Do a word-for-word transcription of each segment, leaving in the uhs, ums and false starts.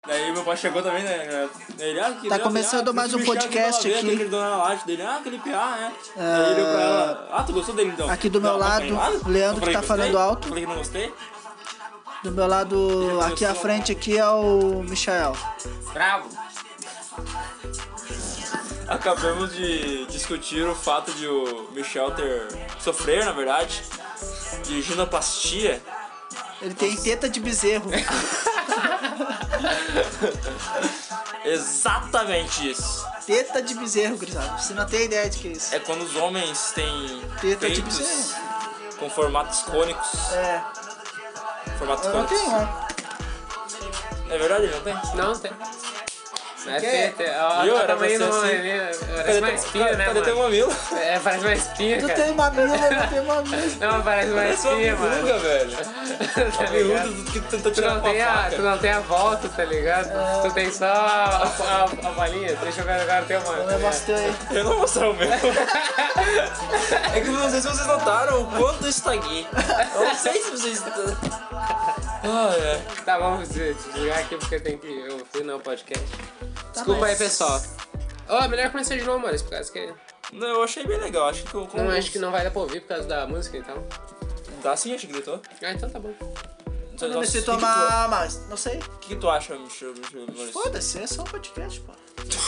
Daí meu pai chegou também, né? Ele, ah, que Tá começando ah, mais um podcast aqui. Aquele dono na laje dele, ah, aquele P A, né? Uh... Daí ele olhou pra ela, ah, tu gostou dele então? Aqui do meu não, lado, o Leandro que tá falando alto. Eu falei que não gostei. Do meu lado, aqui à frente, aqui é o Michael. Bravo! Acabamos de discutir o fato de o Michel ter sofrer, na verdade, de ginoplastia. Ele tem teta de bezerro. Exatamente isso. Teta de bezerro, gurizada. Você não tem ideia de que é isso. É quando os homens têm teta de peitos bezerro com formatos cônicos. É. Formatos eu cônicos. Não tenho, ó. É verdade, ele não tem? Não tem. É teta. Olha o tamanho do mamilo. Parece uma espinha, né, mano? Tem um mamilo. É, parece uma espinha, cara. Tu tem mamilo, eu não tenho mamilo. Não, parece uma espinha, mano. velho. Tá ligado? Que tentou Tu tirar não, com a tem a, faca. tu não tem a volta, tá ligado? É. Tu tem só a, a, a bolinha. Deixa eu ver agora o teu, mano. Eu negócio teu aí. Eu não vou mostrar o meu. É que eu não sei se vocês notaram o quanto eu estaguei. Eu não sei se vocês... Ah, é. Tá, vamos desligar aqui porque tem que ouvir no podcast. Tá, Desculpa mas... aí, pessoal. Ó, oh, melhor começar de novo, Maurício, por causa que... Não, eu achei bem legal. Acho que eu... Não, acho que não vai dar pra ouvir por causa da música, então. Tá sim, acho que gritou. Ah, então tá bom. Eu não sei tomar, mas não sei. O que, que tu acha, Michel? Foda-se, é só um podcast, pô.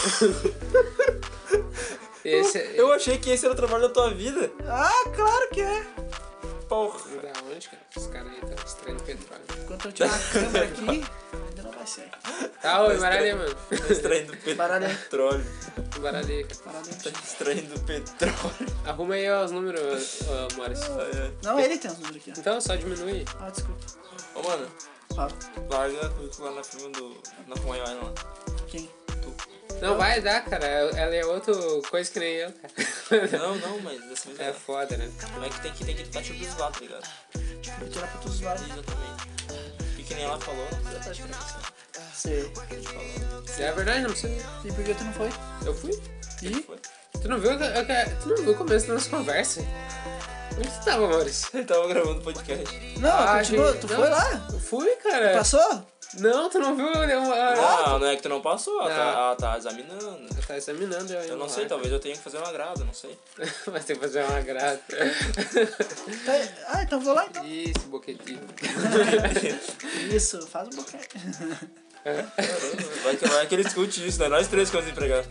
Esse... Eu achei que esse era o trabalho da tua vida. Ah, claro que é. Porra. Da onde, cara? Os caras aí estão extraindo petróleo. Enquanto eu tirar a câmera aqui, ainda não vai ser. Tá, oi, baralho, mano. Tá extraindo petróleo. Baralho, cara. Tá extraindo petróleo. Arruma aí ó, os números, ó, Maurício. Ah, é. Não, ele tem os números aqui. Ó. Então, só diminui. Ah, desculpa. Ô, mano. Fala. Larga tu lá na firma do... Na Hawaiian lá. Quem? Tu. Não, vai dar, cara. Ela é outra coisa que nem eu, cara. Não, não, mas dessa vez é foda, né? Como é que tem que tem que estar tipo dos lados, tá ligado? Vou tirar pra todos os lados. Exatamente. E que nem ela falou, não precisa estar de frente. Sei. É verdade, não precisa. E por que tu não foi? Eu fui. E? Foi. Tu não viu, eu, eu, tu não viu o começo da nossa conversa? Onde tu tava, Maurício? Ele tava gravando podcast. Não, Ah, continua. gente, Tu não. foi lá? Eu fui, cara. Tu passou? Não, tu não viu? Eu, Não, não é que tu não passou, ela Não. tá, ela tá examinando. eu tava examinando. Eu, Eu não sei, talvez eu tenha que fazer um agrado, não sei. Vai ter que fazer uma graça. Tá- Ah, então vou lá então. Isso, boquetinho. Isso, faz um boquete. Vai que, vai que ele discute isso, né? Nós três que vamos empregar.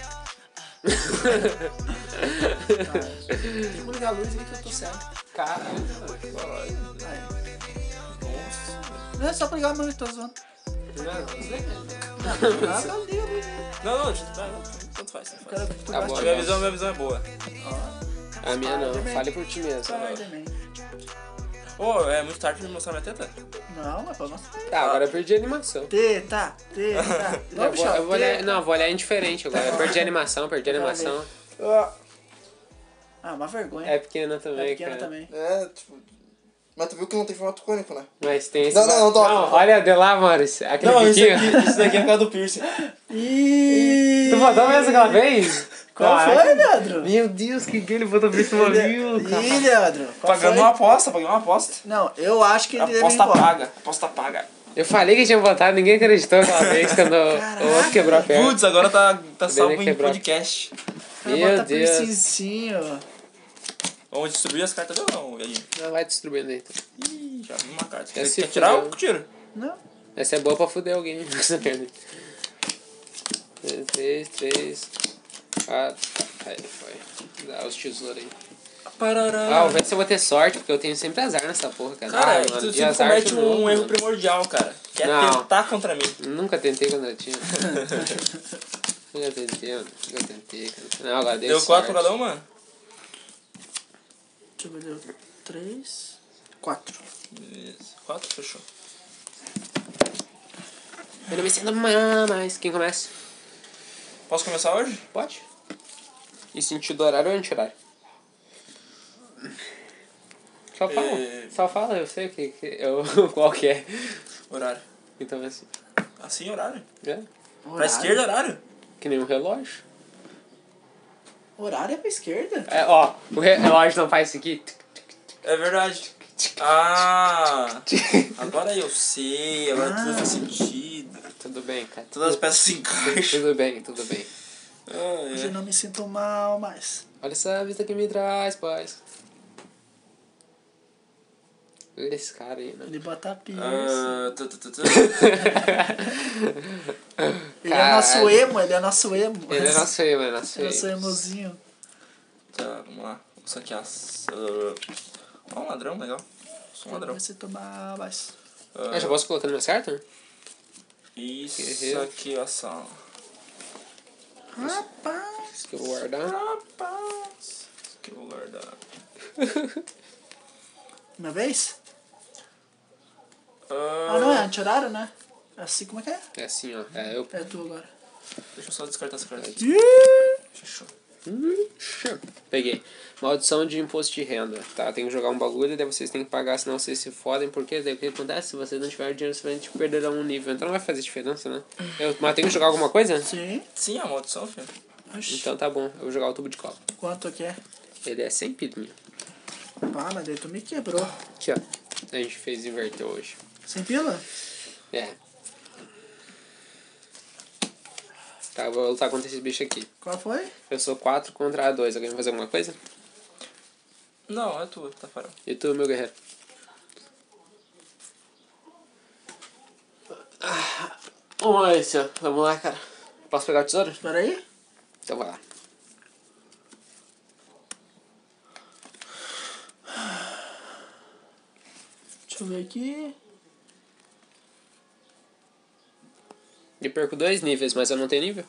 Tem que ligar a luz aí que eu tô certo. Caralho. Aí. Não é só pra ligar a luz, tô zoando. Não, Nada, liga a luz. Não, não, gente, vai, não, tanto faz, tanto faz. Tu Tá gosta bom, de- Minha visão, minha visão é boa. A minha não, fale por ti mesmo. Spider-Man. Ô, oh, é muito tarde pra me mostrar minha teta? Não, é pra nós. Tá, agora eu perdi a animação. Teta, teta. Eu Não, vou, bicho, eu vou olhar, não, eu vou olhar indiferente agora. Eu perdi a animação, perdi a animação. Ah, uma vergonha. É pequena também, É pequena cara. também. É, tipo... Mas tu viu que não tem formato cônico, né? Mas tem esse... Não, não, não, toca. Não, olha de lá, Maurício. Aquele Não, isso biquinho. aqui, isso daqui é por causa do piercing. Ih! Tu botou mesmo aquela vez? Qual Caraca. foi, Leandro? Meu Deus, que que ele botou pra esse mamilo, cara. Ih, Leandro. Qual Pagando foi? uma aposta, paguei uma aposta. Não, eu acho que ele deve ir Aposta embora. paga, aposta paga. Eu falei que tinha botado, ninguém acreditou aquela vez quando o outro quebrou a perna. Putz, agora tá, tá salvo em quebrou. podcast. Cara, Meu bota Deus. piercingzinho. Vamos distribuir as cartas ou não, Viadinho? Não, vai distribuindo aí. Então. Ih, já vi uma carta. Já Quer, se quer tirar fudeu. ou tiro? Não. Essa é boa pra fuder alguém. Essa perna. Três, três, quatro. Aí, foi. Dá os tesouros aí. Parará. Ah, vou ver se eu vou ter sorte, porque eu tenho sempre azar nessa porra, cara. Cara, ah, tu mano, de sempre azar comete de um novo, erro mano. primordial, cara. Que é Não. tentar contra mim. Nunca tentei contra ti. Nunca tentei, mano. Nunca tentei, cara. Não, agora deu Deu quatro sorte. pra cada um, mano? Deixa eu ver. Deu três. Quatro. Beleza. Quatro, fechou. Eu não me sinto mais. Quem começa? Posso começar hoje? Pode. E sentido horário ou anti-horário? Só fala. É. Só fala, eu sei o que, que eu, qual que é. Horário. Então é assim. Assim, horário. É. Pra Horário? esquerda, horário. Que nem um relógio. Horário é pra esquerda? É, ó, o re- relógio não faz isso aqui. É verdade. Ah, agora eu sei, agora tudo faz sentido. Tudo bem, cara. Todas as peças se encaixam. Tudo bem, tudo bem. Ah, Hoje eu é. não me sinto mal mais. Olha essa vista que me traz, paz. Esse cara aí, né? Ele bota piercing. Ah, tu, tu, tu, tu. Ele é nosso Caralho. emo, ele é nosso emo. Ele é nosso emo, é nosso Ele é nosso emo. emozinho. Tá, vamos lá. Vou saquear. as- Ó, um ladrão, legal. Sou um ladrão. Vai se tomar mais. Ah, já posso colocar no meu certo? Isso Guerreiro. aqui, ó, só. Rapaz. Isso que eu vou guardar. Rapaz. Isso aqui eu vou guardar. Minha vez? Ah, Ah, não é anti-horário, né? Assim como é que é? É assim, ó. É, eu... É tu agora. Deixa eu só descartar essa carta. Fechou. Peguei. Maldição de imposto de renda. Tá, tem que jogar um bagulho e daí vocês têm que pagar, senão vocês se fodem. Porque daí o que acontece? Se vocês não tiverem dinheiro, vocês tipo, perderão um nível. Então não vai fazer diferença, né? Eu, mas tem que jogar alguma coisa? Sim. Sim, a maldição, filho. Oxi. Então tá bom. Eu vou jogar o tubo de cola. Quanto que é? Ele é sem pilinha. Ah, mas daí tu me quebrou. Aqui, ó. A gente fez inverter hoje. Sem pila? É. Tá, eu vou lutar contra esses bichos aqui. Qual foi? Eu sou quatro contra dois. Alguém vai fazer alguma coisa? Não, é tu, Tafarel. E tu, meu guerreiro? Ah, vamos lá, esse, ó. Vamos lá, cara. Posso pegar o tesouro? Espera aí. Então vai lá. Deixa eu ver aqui. Eu perco dois níveis, mas eu não tenho nível.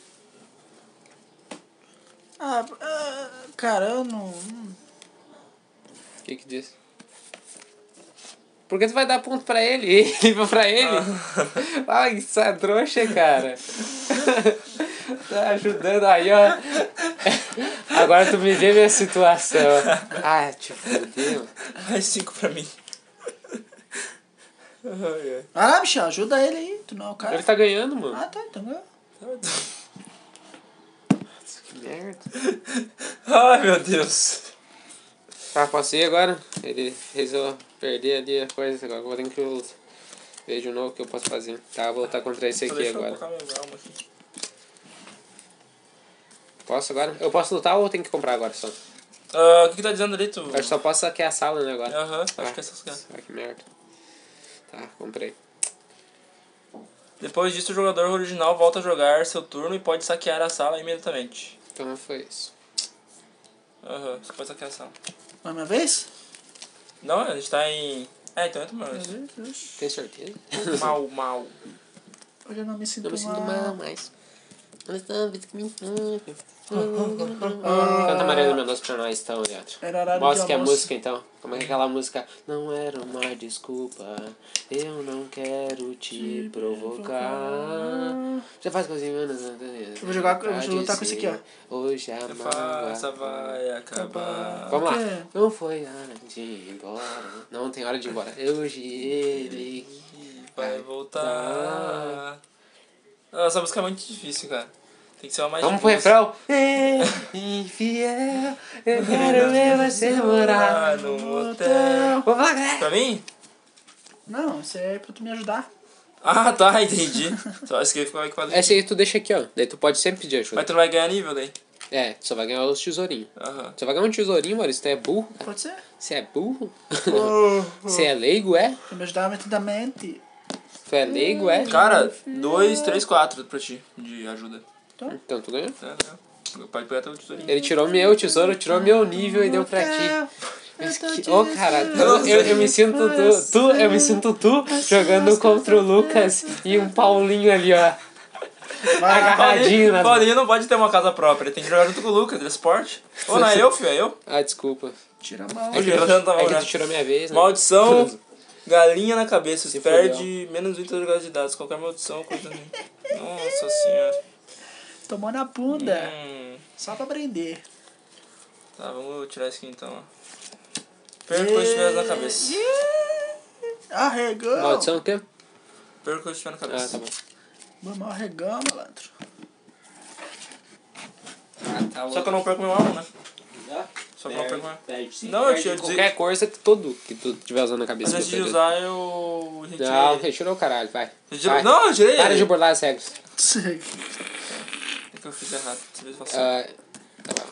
Ah, ah, cara, eu não... O que que diz? Por que tu vai dar ponto pra ele? Nível pra ele? Ai, isso é trouxa, cara. Tá ajudando aí, ó. Agora tu me vê minha situação. Ah, te fudeu. Mais cinco pra mim. Ai, ai. Ah, Michel, ajuda ele aí. Tu não é o cara. Ele tá ganhando, mano. Ah, tá, então ganhou. Que merda. Ai, meu Deus. Tá, posso ir agora? Ele fez eu perder ali a coisa. Agora eu vou ter que ver de novo o que eu posso fazer. Tá, vou lutar contra esse Só aqui deixa eu agora. colocar minha alma aqui. Posso agora? Eu posso lutar ou eu tenho que comprar agora só? Ah, o que que tá dizendo ali, tu? Eu acho que só posso saquear a sala, né, agora? Aham, acho Ah, que é essas caras. ah, que merda. Tá, comprei. Depois disso, o jogador original volta a jogar seu turno e pode saquear a sala imediatamente. Então foi isso. Aham, você pode saquear a sala. Não é minha vez? Não, a gente tá em... É, então entra mais. Meu Deus. Tem certeza? Mal, mal. Hoje eu não me sinto Não me sinto mal. mal mais. Canta Maria do Mendonça pra nós, então, Leandro. Era horário Mostra de que é almoço. música, então. Como é que é aquela música? Não era uma desculpa, eu não quero te provocar. Você faz coisinha... Eu vou jogar- eu vou lutar com esse aqui, ó. Hoje a mágoa... Essa vai acabar. Vamos lá. Por quê? Não foi hora de ir embora. Não tem hora de ir embora. Hoje ele... Vai voltar. Ah, essa música é muito difícil, cara. Tem que ser uma mais Vamos pro difícil. refrão. Infiel, eu quero ver você morar no motel. Vamos lá, galera. Pra mim? Não, isso é pra tu me ajudar. Ah, tá, entendi. Só esse aqui ficou equipado. Essa aí tu deixa aqui, ó. Daí tu pode sempre pedir ajuda. Mas tu não vai ganhar nível daí? É, tu só vai ganhar os tesourinhos. Aham. Você vai ganhar um tesourinho, Maurício. Tu é burro? Pode ser? Você é burro? Você é leigo, é? Pra me ajudar metidamente. Tu é leigo, é? Cara, dois, três, quatro pra ti de ajuda. Então tu ganhou. Tá, tá. Pode pegar teu tesourinho. Ele tirou meu tesouro, tirou meu nível e deu pra ti. Mas que... Ô, cara, eu, eu, eu me sinto tu, tu, eu me sinto tu jogando contra o Lucas e um Paulinho ali, ó. Agarradinho nas... Paulinho não pode ter uma casa própria, ele tem que jogar junto com o Lucas, ele é esporte. Ô, não é eu, filho, é eu? Ah, desculpa. Tira a mão. É que, Eu já tava é que olhando. tu tirou minha vez, né? Maldição, galinha na cabeça, Se perde menos vinte de dados, qualquer maldição, coisa assim. Nossa senhora. Tomou na bunda. Hum, Só pra prender. tá, vamos tirar isso aqui então, ó. Perca o que estiver na cabeça. Arregão. Maldição o quê? Perca o que estiver na cabeça. Ah, tá bom. Vamos arregão, malandro. Ah, tá Só que eu não perco meu alma, né? Só que eu não pego mais. Perde sim. Não, eu Perde tinha qualquer cor, você, todo que tu tiver usando na cabeça. Mas antes tu de perdeu. usar, eu retirei Não, ele. retirou o caralho, vai. Retirou- Vai. Não, eu tirei Para ele. de burlar as regras. É que eu fiz errado. Deixa eu ver se eu faço. Ah, tá bom.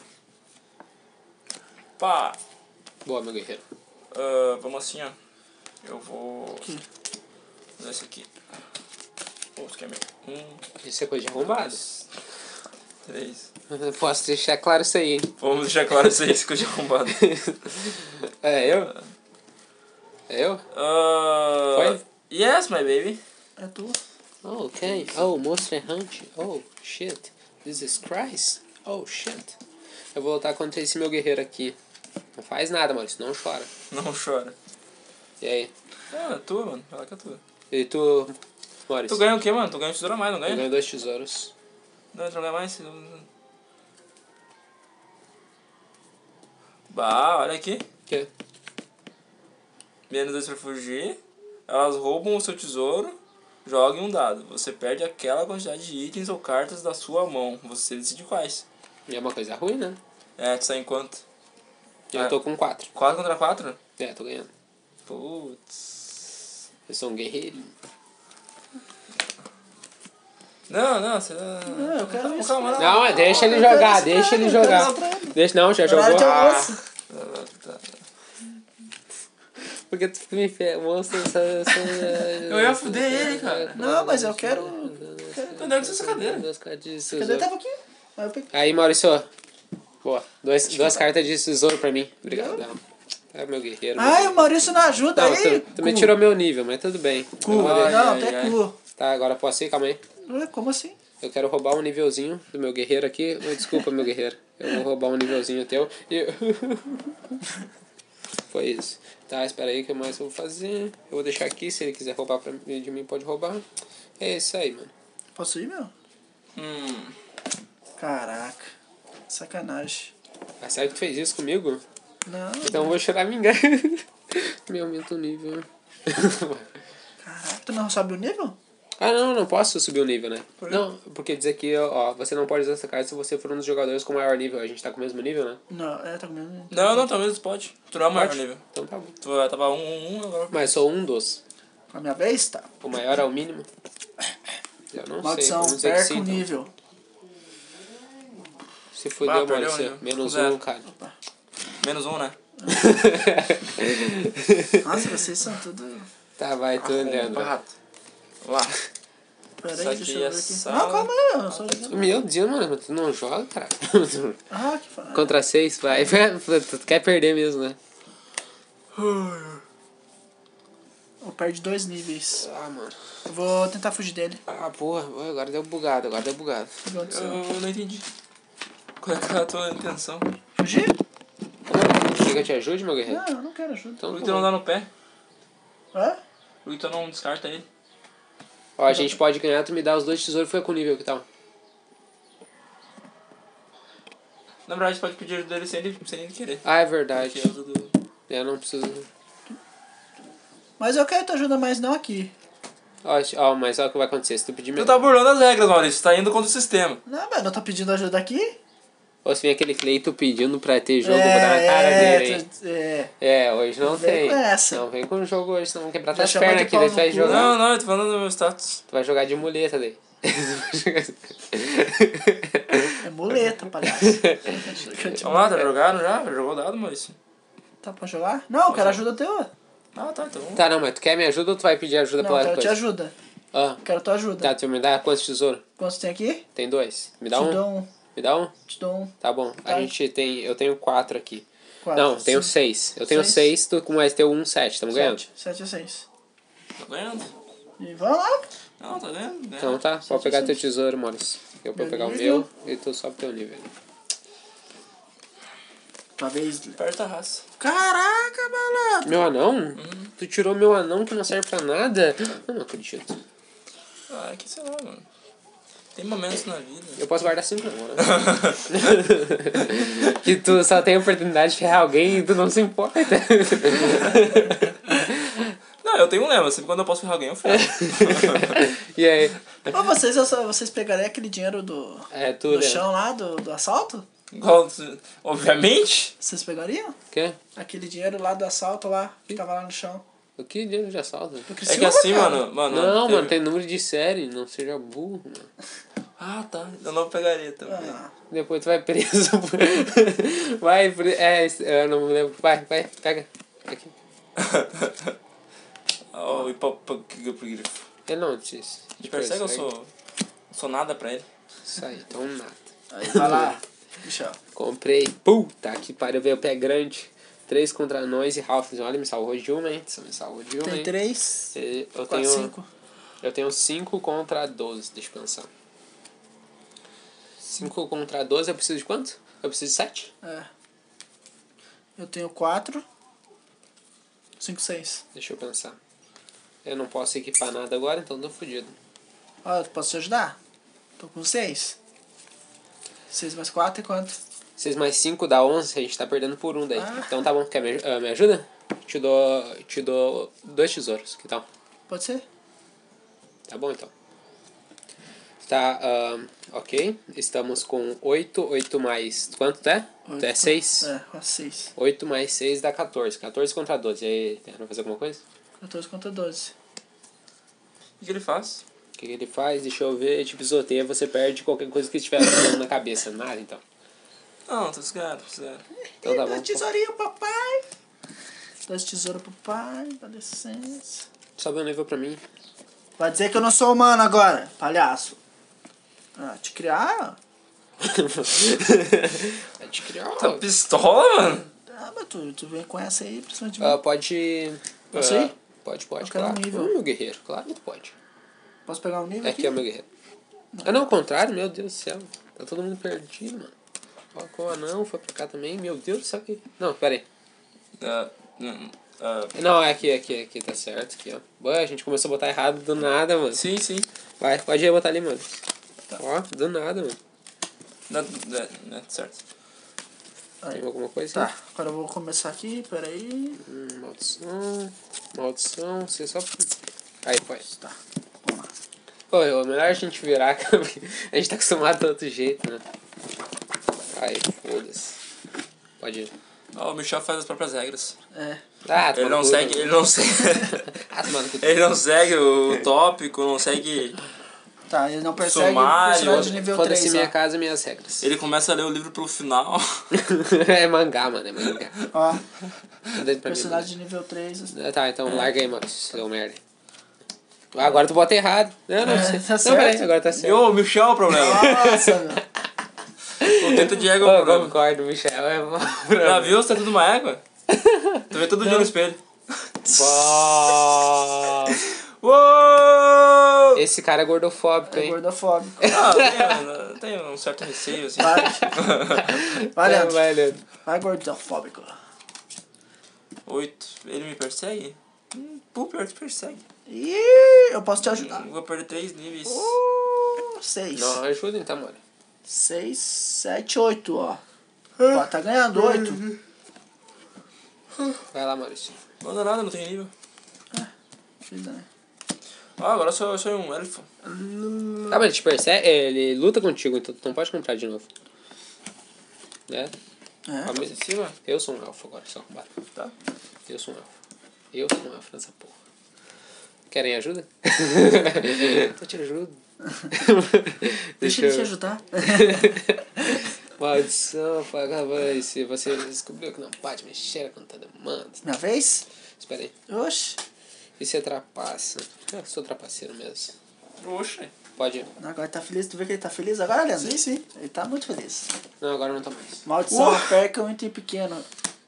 Pá. Boa, meu guerreiro. Ah, vamos assim, ó. Eu vou... fazer esse aqui. Pô, isso aqui é meu. Um, Isso é coisa de arrombado. dois, três. Eu posso deixar claro isso aí, hein? Vamos deixar claro isso aí, esse que eu tinha arrombado. É eu? É eu? Ah, Foi? Yes, my baby. É tu. Oh, ok. Oh, Monster Hunt. Oh, shit. This is Christ. Oh, shit. Eu vou lutar contra esse meu guerreiro aqui. Não faz nada, Maurício. Não chora. Não chora. E aí? Ah, é tua, mano. Fala que é tua. E tu, Maurício? Tu ganha o quê, mano? Tu ganha tesoura a mais, não Eu ganha? ganho dois tesouros. Não, tu não ganha mais? Bah, olha aqui. Que? Menos dois pra fugir. Elas roubam o seu tesouro. Jogue um dado. Você perde aquela quantidade de itens ou cartas da sua mão. Você decide quais. É uma coisa ruim, né? É, tu sai em quanto? Eu É. tô com quatro. quatro contra quatro? É, tô ganhando. Putz. Eu sou um guerreiro. Não, não, você... Não, eu quero calma, isso. calma, Não, mas deixa ele eu quero jogar, esse deixa prêmio, ele eu quero jogar. esse prêmio. Deixa, não, já Horário jogou. de Ah, almoço. Tá. porque tu fica me fe... Monstro, Eu ia fuder ele, cara. Não, mas eu quero... Cadê essa cadeira? Cadê? Tava aqui. Aí eu peguei. Aí, Maurício. Boa. Dois, duas cartas de tesouro pra mim. Obrigadão. É meu guerreiro. meu Ai, o guerreiro. Maurício não ajuda Não, aí. tu, tu me cu. tirou meu nível, mas tudo bem. Cu. Eu vou de- Ai, Não, ai, até ai. cu. Tá, agora posso ir? Calma aí. Ué, como assim? Eu quero roubar um nívelzinho do meu guerreiro aqui. Mas desculpa, meu guerreiro. Eu vou roubar um nívelzinho teu. E... Foi isso. Tá, espera aí, o que mais eu vou fazer? Eu vou deixar aqui, se ele quiser roubar pra mim, de mim, pode roubar. É isso aí, mano. Posso ir, meu? Hum. Caraca. Sacanagem. Ah, sério que tu fez isso comigo? Não. Então eu vou chorar vingar. Me aumenta o nível. Caraca, tu não sobe o nível? Ah, não, não posso subir o nível, né? Por quê? Não, porque diz aqui, ó, você não pode usar essa carta se você for um dos jogadores com maior nível. A gente tá com o mesmo nível, né? Não, é, tá comendo. Não, não, talvez tu pode. Tu não é o maior Pode? nível. Então tá bom. Tu tava um, um, um, agora... Mas sou um dos. A minha vez, tá. O maior é o mínimo. Eu não sei, Maldição, vamos dizer que perca sim, o então. nível. Se fudeu, Ah, perdeu, Maurício. né? Menos Zero. um, cara. Menos um, né? Nossa, vocês são tudo... Tá, vai tu, Leandro. Vamos lá. Pera Isso aí, aqui deixa eu é ver aqui. sala. Não, calma aí, eu só jogando. Meu Deus, mano, tu não joga, cara? Ah, que fa... Contra seis, vai. Tu quer perder mesmo, né? Eu perdi dois níveis. Ah, mano. Eu vou tentar fugir dele. Ah, porra, agora deu bugado, agora deu bugado. O que aconteceu? Eu não entendi. Qual é que é a tua intenção? Fugir? Quer que eu te ajude, meu guerreiro? Não, eu não quero ajuda. Então, Por que tá tu não bom. dá no pé? Hã? Por que tu não descarta ele? Ó, a gente pode ganhar, tu me dá os dois tesouros, foi com o nível que tal. Na verdade, pode pedir ajuda dele sem ele, sem ele querer. Ah, é verdade. Porque é ajuda do... Eu não preciso... Mas eu quero tua ajuda, mas não aqui. Ó, ó, mas olha o que vai acontecer, se tu pedir... Tu Meu... tá burlando as regras, Maurício. Tu tá indo contra o sistema. Não, mas eu tô pedindo ajuda aqui? Ou se vem aquele Cleito pedindo pra ter jogo, eu vou dar na cara é, dele, hein? tu- é. É, hoje não Vem tem. com essa. Não vem com o jogo hoje, senão vão quebrar Vai tuas chamar pernas de aqui, pau daí tu vai no cu. jogar. Não, não, eu tô falando do meu status. Tu vai jogar de muleta daí. É muleta, palhaço. Vamos lá, tá jogando já? Já jogou o dado, Maurício? Tá pra jogar? Não, eu quero ajuda tua. Ah, tá, então. Tá, não, mas tu quer me ajuda ou tu vai pedir ajuda Não, pela eu quero te coisa? ajuda. Ah, Quero tua ajuda. tá, tu me dá quantos tesouros? Quantos tem aqui? Tem dois. Me dá te um? dou um. Me dá um? Te dou um. Tá bom. A Tá. gente tem... Eu tenho quatro aqui. Quatro. Não, tenho cinco, seis. Eu tenho Seis. seis, tu com mais teu um, sete. Tamo ganhando? Sete. Sete a seis. Tá ganhando? E vamos lá. Não, tá ganhando. Então ganhando. tá, Sete pode a pegar seis. teu tesouro, Maurício. Eu vou Meu pegar o nível. meu e tu sobe teu nível. Tua vez. Aperta a raça. Caraca, malandro. Meu anão? Tu tirou meu anão que não serve pra nada? Eu não acredito. Ah, é que sei lá, mano. Tem momentos na vida. Eu posso guardar cinco agora. Que tu só tem a oportunidade de ferrar alguém e tu não se importa. Não, eu tenho um lema. Sempre quando eu posso ferrar alguém, eu ferro. E aí? Ô, vocês, eu só- vocês pegariam aquele dinheiro do, É, tu, do Leandro. chão lá, do, do assalto? Igual, obviamente. Vocês pegariam? Quê? Aquele dinheiro lá do assalto lá, que tava lá no chão. O que dinheiro de assalto? Do É que Criciúma, assim, cara. mano, mano. Não, teve- mano, tem número de série, não seja burro, mano. Ah, tá. Eu não pegaria também. Ah, Depois tu vai preso. Vai, pre- é, eu não me lembro. Vai, vai, pega. Aqui. Ó, o hipopógrafo. Ele não te, Te persegue ou eu sou. Sou nada pra ele? Isso aí, então nada. aí, vai lá. Michel. Comprei. Puta que pariu, veio o pé grande. Três contra nós e Ralph. Olha, me salvou de uma, hein? Você me salvou de uma, Tem hein? três, E Eu quatro, tenho, cinco. eu tenho cinco contra doze, deixa eu pensar. cinco contra doze, eu preciso de quanto? Eu preciso de sete? É. Eu tenho quatro. Cinco, seis. Deixa eu pensar. Eu não posso equipar nada agora, então tô fudido. Ó, eu posso te ajudar? Tô com seis. Seis mais quatro é quanto? seis mais cinco dá onze, a gente tá perdendo por um daí. Ah. Então tá bom, quer me, ah, me ajuda? Te dou, te dou dois tesouros, que tal? Pode ser? Tá bom então. Tá, ah, ok. Estamos com oito, oito mais... Quanto é? Oito. É seis? É, com seis. oito mais seis dá quatorze. quatorze contra doze. E aí, vai fazer alguma coisa? quatorze contra doze. O que ele faz? O que, que ele faz? Deixa eu ver. Te pisoteia, você perde qualquer coisa que estiver fazendo na cabeça. Nada, então. Não, tô zero, zero. Então tá Dá bom. tesourinho, papai. Dá tesoura pro pai, dá licença. Sobe o nível pra mim. Vai dizer que eu não sou humano agora, palhaço. Ah, te criar? Vai te criar. Tá pistola, mano? Ah, mas tu, tu vem com essa aí, pra cima de mim. Ah, pode... Posso ah, ir? Pode, pode, Eu quero um claro. nível. Hum, meu guerreiro, claro que tu pode. Posso pegar um nível Aqui aqui? é o meu guerreiro. Ah, não, ao contrário, meu Deus do céu. Tá todo mundo perdido, mano. Ó, com o anão, foi pra cá também. Meu Deus do céu. Que... Não, pera aí. Ah, hum, ah, Não, é aqui, aqui, aqui, tá certo. Aqui, ó. Boa, a gente começou a botar errado do nada, mano. sim, sim. Vai, pode ir botar ali, mano. Ó, do nada, mano. Não, não, não, certo. Aí. Tem alguma coisa? Tá, agora eu vou começar aqui, peraí. Hum, maldição. Maldição, você só... Aí, foi. Tá, vamos lá. Pô, é melhor a gente virar, cara. A gente tá acostumado do outro jeito, né? Aí, foda-se. Pode ir. Ó, o Michel faz as próprias regras. É. Ah, Ele não segue, ele não segue. Ah, mano, que... Ele não segue o tópico, não segue. Tá, ele não persegue Sumário. personagem de nível Foda-se três, minha ó. casa e minhas regras. Ele começa a ler o livro pelo final. É mangá, mano, é mangá. Ó, Dá pra mim, personagem de nível três. mano. Tá, então larga aí, mano, seu merda. Ah, agora tu bota errado. Não, não, É, sei. tá Não, certo. peraí, agora tá certo. Ô, o Michel é o problema. Nossa, meu. O Tento Diego é Pô, o eu problema. concordo, Michel. É bom. Já viu? Você tá tudo uma égua? Tu vê todo dia no espelho. Bom. Uou! Esse cara é gordofóbico, É hein? gordofóbico. Ah, tem, tem um certo receio, assim. Vai. Vai, É, Leandro. vai, Leandro. Vai, gordofóbico. Oito. Ele me persegue? Hum, pô, pior que persegue. Ih, eu posso te ajudar. Vou perder três níveis. Uh, seis. Não, ajuda então, mano. Seis, sete, oito, ó. Ó, tá ganhando oito. Vai lá, Maurício. Não dá nada, não tem nível. Filha, né? Ah, agora eu sou, eu sou um elfo. Tá, mas ele te persegue, ele luta contigo, então tu não pode comprar de novo. Né? É. Ah, Tá mas- em cima? Eu sou um elfo agora, só arrombado. Tá. Eu sou um elfo. Eu sou um elfo nessa porra. Querem ajuda? Eu te ajudo. Deixa ele te ajudar. Maldição, paga se você descobriu que não pode mexer com toda demanda. Minha vez? Espera aí. Oxi. E se trapaça? Eu sou trapaceiro mesmo. Oxe. Pode ir. Agora ele tá feliz. Tu vê que ele tá feliz agora, Leandro? Sim, sim. Ele tá muito feliz. Não, agora não tô mais. Maldição, Uou. perca um item pequeno.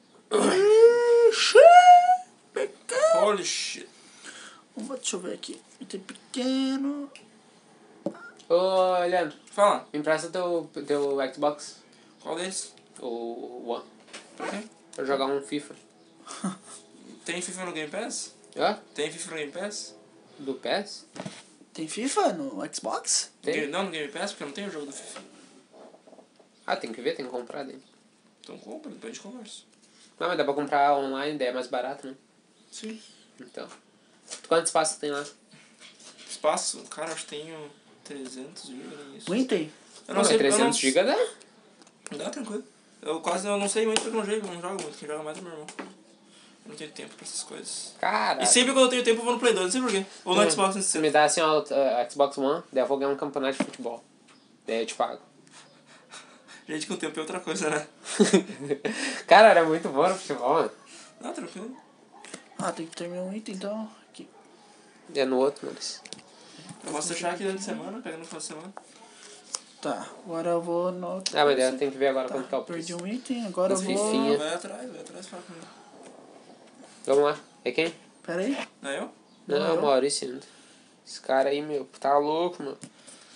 Holy shit. Vamos, deixa eu ver aqui. Item pequeno. Ô, Leandro, Fala. me empresta teu, teu Xbox. Qual deles? O One. Pra quê? Pra jogar um FIFA. Tem FIFA no Game Pass? Hã? Tem FIFA no Game Pass? Do P E S? Tem FIFA no Xbox? Tem? Game- Não no Game Pass, porque eu não tenho o jogo do FIFA. Ah, tem que ver, tem que comprar dele. Então compra, depois a gente conversa. Não, mas dá pra comprar online, daí é mais barato, né? Sim. Então. Quanto espaço tem lá? Espaço? Cara, acho que tenho trezentos gigas nisso. O item? Eu Não, não sei, mas trezentos eu não... gigas dá. Dá, tranquilo. Eu quase eu não sei muito porque eu não jogo, não jogo muito. Quem joga mais é meu irmão. Eu não tenho tempo pra essas coisas. Cara. E sempre quando eu tenho tempo eu vou no Play dois, não sei porquê. Ou no hum, Xbox Se nesse me dá assim, ó, uh, Xbox One, daí eu vou ganhar um campeonato de futebol. Daí eu te pago. Gente, com o tempo é outra coisa, né? Cara, era muito bom no futebol, mano. Ah, tranquilo. Ah, tem que terminar um item então. Aqui. É no outro, mano. Eu posso deixar aqui durante a semana, pega no final de semana. Tá, agora eu vou no. Ah, mas daí eu tenho que ver agora Tá, quanto que é o perdi preço. um item, agora eu Mas vou. fifinha. Vai atrás, vai atrás, fala comigo. Vamos lá. É quem? Pera aí. Não é eu? Não, é o Maurício ainda. Esse cara aí, meu, tá louco, mano.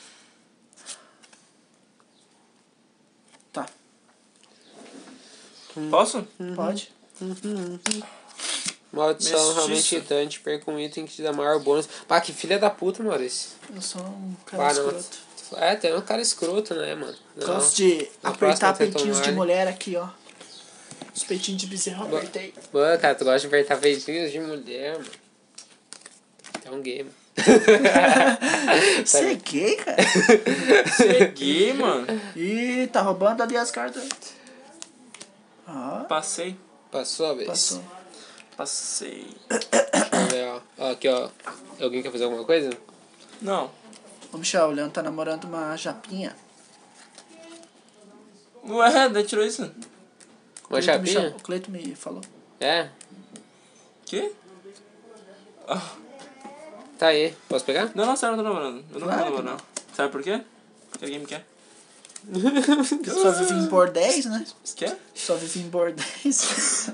Tá, Posso? pode. Maldição Mestiço. realmente irritante. Perca um item que te dá maior bônus. Pá, que filha da puta, Maurício. Eu sou um cara Pá, não. escroto. É, tem um cara escroto, né, mano? Não. Gosto de Na apertar próxima tenta peitinhos de tomar. mulher aqui, ó. Os peitinhos de bezerro eu Boa. apertei. Pô, cara, tu gosta de apertar peitinhos de mulher, mano. É um game. Você é gay, cara? Cheguei, mano. Ih, tá roubando ali as cartas. Ah, Passei. Passou a vez. passou. Passei. Deixa eu ver, ó. Ó, aqui, ó. Alguém quer fazer alguma coisa? Não. Ô, Michel, o Leandro tá namorando uma japinha. Ué, daí tirou isso? Uma Cleito me chapinha? chamou- O Cleito me falou. É? Quê? Ah, Tá aí. Posso pegar? não, não, sério, eu não tô namorando. Eu não Claro tô que namorando. Sabe por quê? Porque alguém me quer. Só vive em bordéis, né? Quer? Só vive em bordéis.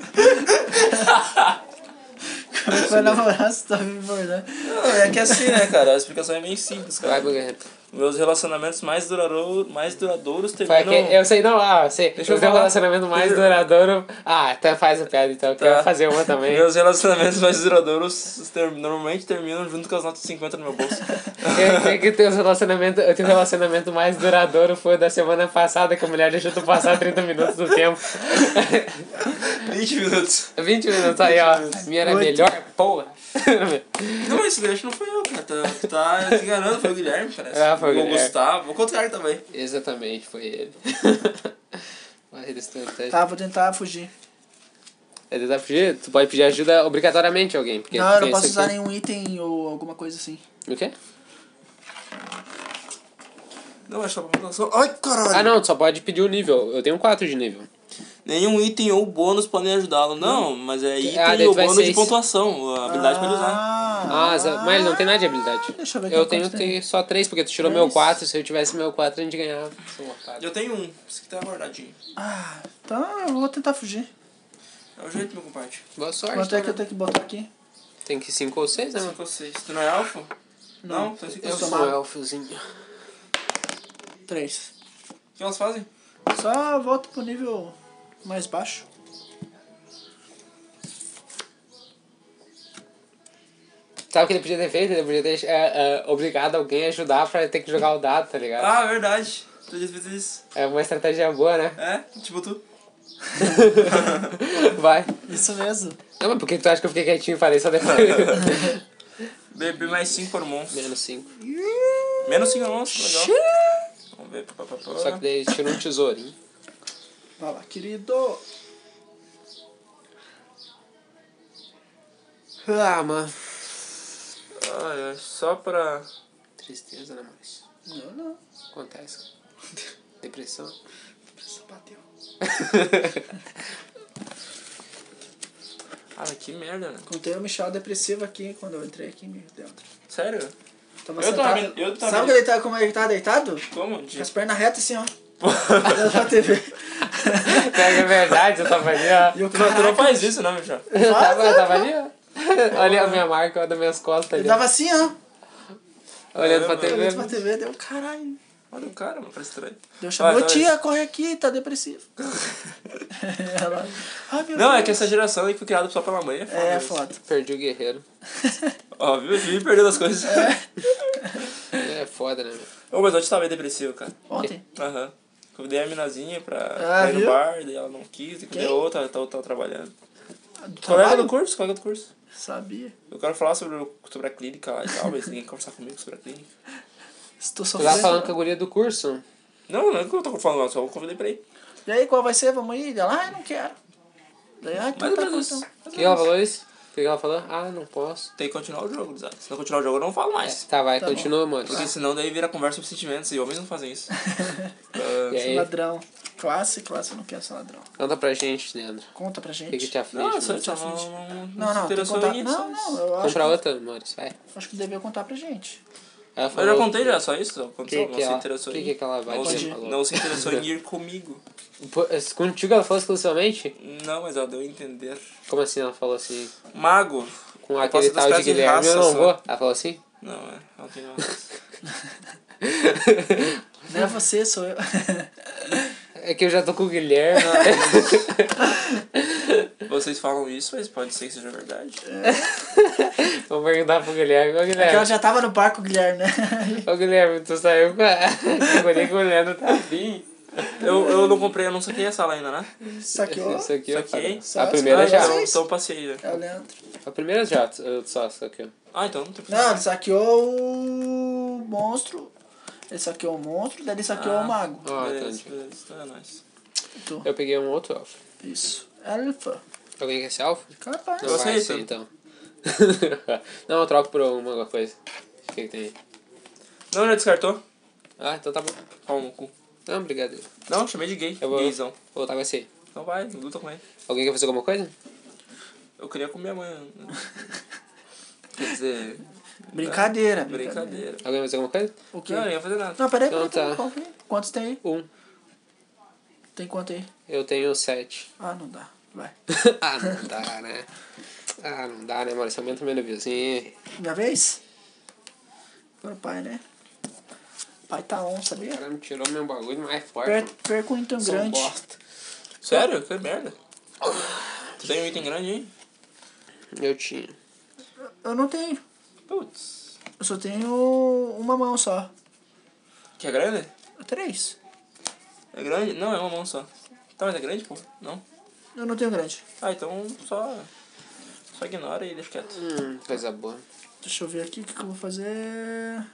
Como é que vai namorar se só vive em bordéis? É que assim, né, cara? A explicação é meio simples, Vai, cara. Buguerra. Meus relacionamentos mais duradouros, mais duradouros Foi terminam... aqui, eu sei, não, ah, eu sei. Deixa o eu teu falar. relacionamento mais Eu- duradouro. Ah, então faz a piada, então. Eu Tá. quero fazer uma também. Meus relacionamentos mais duradouros ter- normalmente terminam junto com as notas de cinquenta no meu bolso. Eu sei que o teu relacionamento, o teu relacionamento mais duradouro foi o da semana passada, que a mulher deixou tu passar trinta minutos do tempo. vinte minutos. vinte minutos aí, ó. A minha era Oito. melhor, porra. Não, mas esse daí acho que não foi eu, cara. Tá, tu tá te enganando, foi o Guilherme, parece. Ah, foi o Ou Guilherme. Gustavo, ou quanto cara também. Exatamente, foi ele. Vai, eles estão até- Tá, vou tentar fugir. É tentar fugir? Tu pode pedir ajuda obrigatoriamente a alguém. Porque Não, eu não tem posso esse usar aqui. nenhum item ou alguma coisa assim. O quê? Não, acho que a pontuação... Ai, caralho! Ah, não, tu só pode pedir o nível. Eu tenho quatro de nível. Nenhum item ou bônus podem ajudá-lo. Não, mas é item Ah, daí ou tu vai bônus ser de isso. pontuação. A habilidade pode usar. Ah, za- mas ele não tem nada de habilidade. Deixa eu ver aqui Eu quanto tenho tem. que só três, porque tu tirou Três. meu quatro. Se eu tivesse meu quatro, a gente ganhava. Sou um otário. Eu tenho um. Esse aqui tá guardadinho. Ah, então eu vou tentar fugir. É o jeito, meu compadre. Boa sorte. Quanto é que né? eu tenho que botar aqui? Tem que cinco ou seis, né, mano? cinco ou seis. Tu não é alfa? Não, Não, só cinco Eu ou sou seis. um elfozinho. Três. O que elas fazem? Só volto pro nível mais baixo. Sabe o que ele podia ter feito? Ele podia ter é, é, obrigado alguém a ajudar pra ter que jogar o dado, tá ligado? Ah, verdade. Tu disse fazer isso. É uma estratégia boa, né? É? Tipo tu. Vai. Isso mesmo. Não, mas por que tu acha que eu fiquei quietinho e falei só depois? B B mais cinco para o monstro. Menos cinco. Menos cinco para o monstro, legal. Vamos ver. Pá, pá, pá. Só que daí tira um tesourinho. Vai lá, querido. Ah, mano. Ai, ai, só pra... Tristeza, né, Maurício? Não, não. Acontece. Depressão. Isso bateu. Ah, que merda, né? Contei o Michel depressivo aqui quando eu entrei aqui dentro. Sério? Tava Eu sentado. também- eu também. Sabe que ele tava, como ele tava deitado? Como? Com De... as pernas retas assim, ó. Olhando pra T V. Pega a verdade, eu tava ali, ó. E eu, Tu não, tu não caraca, faz isso, não, Michel? Eu tava, eu tava ali, ó. Olha a minha marca, olha das minhas costas ele ali. tava assim, ó. Olhando pra Caramba. Olhando pra T V. T V, deu caralho. Olha o cara, mano, parece estranho. Deu chamou, Vai, tá tia, corre aqui, tá depressivo. Ela, ai meu Não, Deus. é que essa geração aí foi criada só pela mãe. É foda. É, isso. foda. Perdi o guerreiro. Ó, viu? Vive perdendo as coisas. É foda, né, meu? Ô, mas ontem tava meio depressivo, cara. Ontem. Aham. Convidei a minazinha pra, Ah, pra ir no viu? bar, daí ela não quis, e Quem? a outra, ela tava, tava trabalhando. Do Colega trabalho? do curso, colega do curso. Sabia. Eu quero falar sobre, o- sobre a clínica lá e tal, mas ninguém quer conversar comigo sobre a clínica. Estou Tu sofrendo. tava falando com a guria do curso? Não, não é que eu tô falando, só eu convidei pra ir. E aí, qual vai ser? Vamos ir? Ela, ah, eu não quero. Daí, ah, então Mais tá ou bom, menos. então. O que ela falou isso? O que ela falou? Ah, não posso. Tem que continuar o jogo, Zé. Se não continuar o jogo, eu não falo mais. Tá, vai, Tá continua, mano. Porque senão daí vira conversa sobre sentimentos e homens não fazem isso. E aí? Ladrão. Classe, classe, eu não quero ser ladrão. Conta pra gente, Leandro. Conta pra O gente. que que te aflige? Não, só, mano? só não, não, Não, não, se não, tem que interessou contar. em Não, isso. não, eu acho, Compra que, outra, Maurício, vai. acho que devia contar pra gente. Ela Eu falou já contei já, só isso? Aconteceu, Que não que se ela- interessou que em que que ela vai não, dizer, se, falou? não se interessou em ir comigo. Pô, Contigo ela falou exclusivamente? Não, mas ela deu a entender. Como assim ela falou assim? Mago. Com eu aquele posso tal de descrever Guilherme raça eu não só. vou? Ela falou assim? Não, é. Ela tem uma raça. Não é você, sou eu. É que eu já tô com o Guilherme. Vocês falam isso, mas pode ser que seja verdade. Vou perguntar pro Guilherme. Ô Porque ela Guilherme, já tava no par com o Guilherme, né? ô Guilherme, tu saiu com a... Que bonito que o Leandro tá afim. Eu, eu não comprei, eu não saquei a sala ainda, né? Saqueou? Isso aqui, ó. Saquei. A primeira Ah, já. Então, então passei já. É o Leandro. A primeira já, eu só saquei. Ah, então não tem Não, ele saqueou o monstro. Ele saqueou o monstro, daí ele saqueou Ah. o mago. Ah, Beleza, entendi. beleza, então é nóis. Tu. Eu peguei um outro elfo. Isso. Elfa. Alguém quer ser elfo? Capaz. Não Eu vai aceito. ser, então. Não, eu troco por alguma coisa. O que que tem aí? Não, já descartou? Ah, então tá bom. Pau no cu. Não, obrigado. Não, chamei de gay. Eu vou Gayzão. vou voltar com esse aí. Então vai, luta com ele. Alguém quer fazer alguma coisa? Eu queria comer amanhã. Quer dizer, Brincadeira. brincadeira. Alguém vai fazer alguma coisa? O quê? Não, eu não ia fazer nada. Não, peraí, Então peraí, tá. qual foi? Quantos tem aí? Um. Tem quanto aí? Eu tenho sete. Ah, não dá. Vai. Ah, não dá, né? Ah, não dá, né, Maurício? Aumenta meu nerviosinho. Minha vez? Agora o pai, né? Pai tá on, O sabia? cara me tirou meu bagulho mais forte. Per perco um item Sou grande. bosta. Sério? Que merda. Tu tem um item grande aí? Eu tinha. Eu não tenho. Putz. Eu só tenho uma mão só. Que é grande? Três. É grande? Não, é uma mão só. Tá, mas é grande, pô? Não. Eu não tenho grande. Ah, então só... Só ignora e deixa quieto. Hum, coisa boa. Deixa eu ver aqui o que, que eu vou fazer.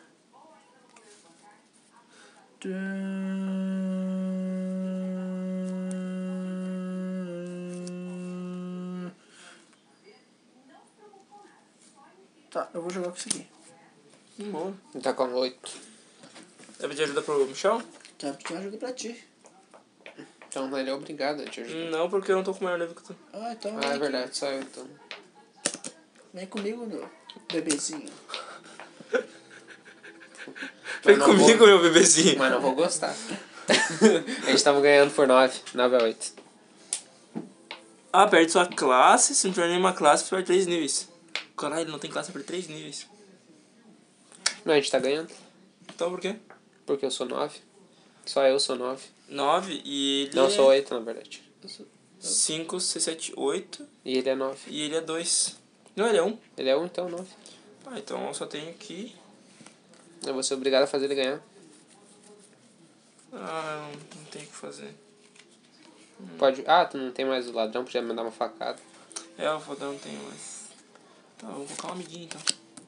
Tá, eu vou jogar com isso aqui. Hum, boa. Tá com oito. Deve pedir ajuda pro Michel? Quero que eu jogue pra ti. Então ele é obrigado a te ajudar. Não, porque eu não tô com o maior nível que tu. Ah, então Ah, vem, é aqui. verdade, só eu então. Vem comigo, meu bebezinho. Vem não comigo, vou. meu bebezinho. Mas não vou gostar. A gente tava ganhando por nove. nove a oito. Ah, perde sua classe. Se não tiver nenhuma classe, você perde três níveis. Caralho, ele não tem classe, perde três níveis. Não, a gente tá ganhando. Então por quê? Porque eu sou nove. Só eu sou nove. nove e ele Não, eu é sou oito, na verdade. cinco, seis, sete, oito. E ele é nove. E ele é dois. Não, ele é um. Ele é um, então nove. Ah, então eu só tenho que... Eu vou ser obrigado a fazer ele ganhar. Ah, não, não tem o que fazer. Pode. Ah, tu não tem mais o ladrão, podia me dar uma facada. É, o fodão não tenho mais. Tá, vou colocar um amiguinho então.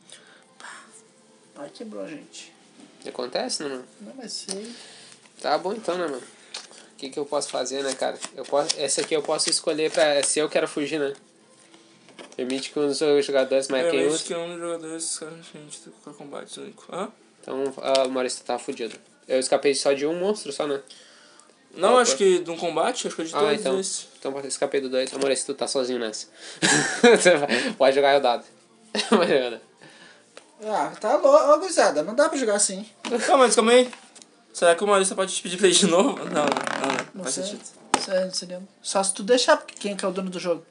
Ai, quebrou a gente. Acontece, né, mano? Não vai ser. Tá bom então, né, mano? O que que eu posso fazer, né, cara? Eu posso, esse aqui eu posso escolher pra... Se eu quero fugir, né? Permite que um dos jogadores marque Permite outro. que um dos jogadores cara, a gente tem que colocar combate único. Hã? Então, ah, o Maurício tá fudido. Eu escapei só de um monstro, só, né? Não, Ah, acho pô. que de um combate, acho que é de Ah, todos então. esses. Então eu escapei do dois. Ô, Maurício, tu tá sozinho nessa. Você vai- Pode jogar o dado. Mariana. Ah, tá louco, gurizada. Não dá pra jogar assim. Calma, mas calma aí. Será que o Maurício pode te pedir pra ir de novo? Não, não, não, não. Não Faz sei. sentido. Sério, não seria. Só se tu deixar, porque quem que é o dono do jogo?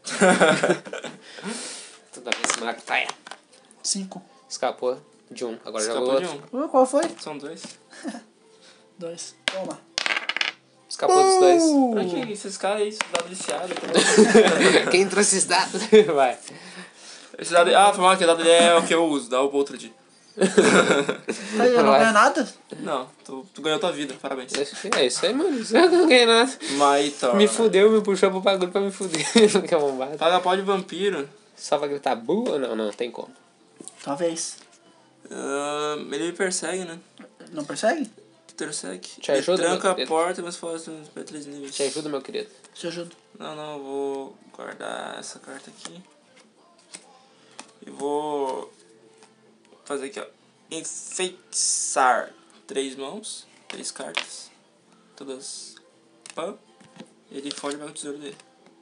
Toda vez esse maracutaia. Cinco. Escapou de um. Agora joga o Escapou de outro. um. Uh, qual foi? São dois. Dois. Toma. Escapou dos dois. Pra que esses caras aí, esse dado viciado? Quem trouxe esses dados? Vai. Esse dado... Ah, foi mal, que dado é o que eu uso, dá o outro dia. Aí, eu não Vai. ganho nada? Não, tu, tu ganhou tua vida, parabéns. É isso aí, mano. Eu não ganhei nada. Maitor. Me fudeu, me puxou pro bagulho pra me fuder. Não quer bombado. Paga pau de vampiro. Só pra gritar bu ou não? Não, tem como. Talvez. Ah, ele me persegue, né? Não persegue? Tersec. Te ajuda, Tranca meu a querido? porta, mas faz para três níveis. Te ajuda, meu querido. Te ajudo. Não, não, eu vou guardar essa carta aqui. E vou fazer aqui, ó. Enfeitiçar. Três mãos, três cartas. Todas. Pã. Ele foge o tesouro dele.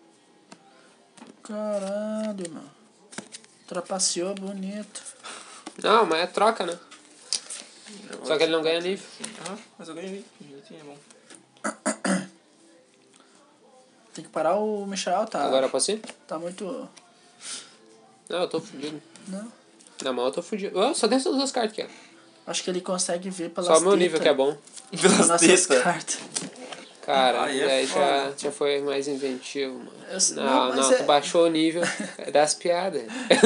Caralho, mano. Trapaceou bonito. Não, mas é troca, né? Eu Só que ele não ganha nível. Ah, mas eu ganhei. É bom. Tem que parar o Michel, tá? Agora eu posso ir? Tá muito... Não, eu tô fudido. Não. Na mão eu tô fudido. Oh, só tem essas duas cartas aqui, ó. Acho que ele consegue ver pelas Só o meu tetas nível que é bom. Pelas nossas tetas. cartas. Cara, Aí é daí já, foda. já foi mais inventivo, mano. Eu- Não, não, não, mas tu é- baixou o nível das piadas.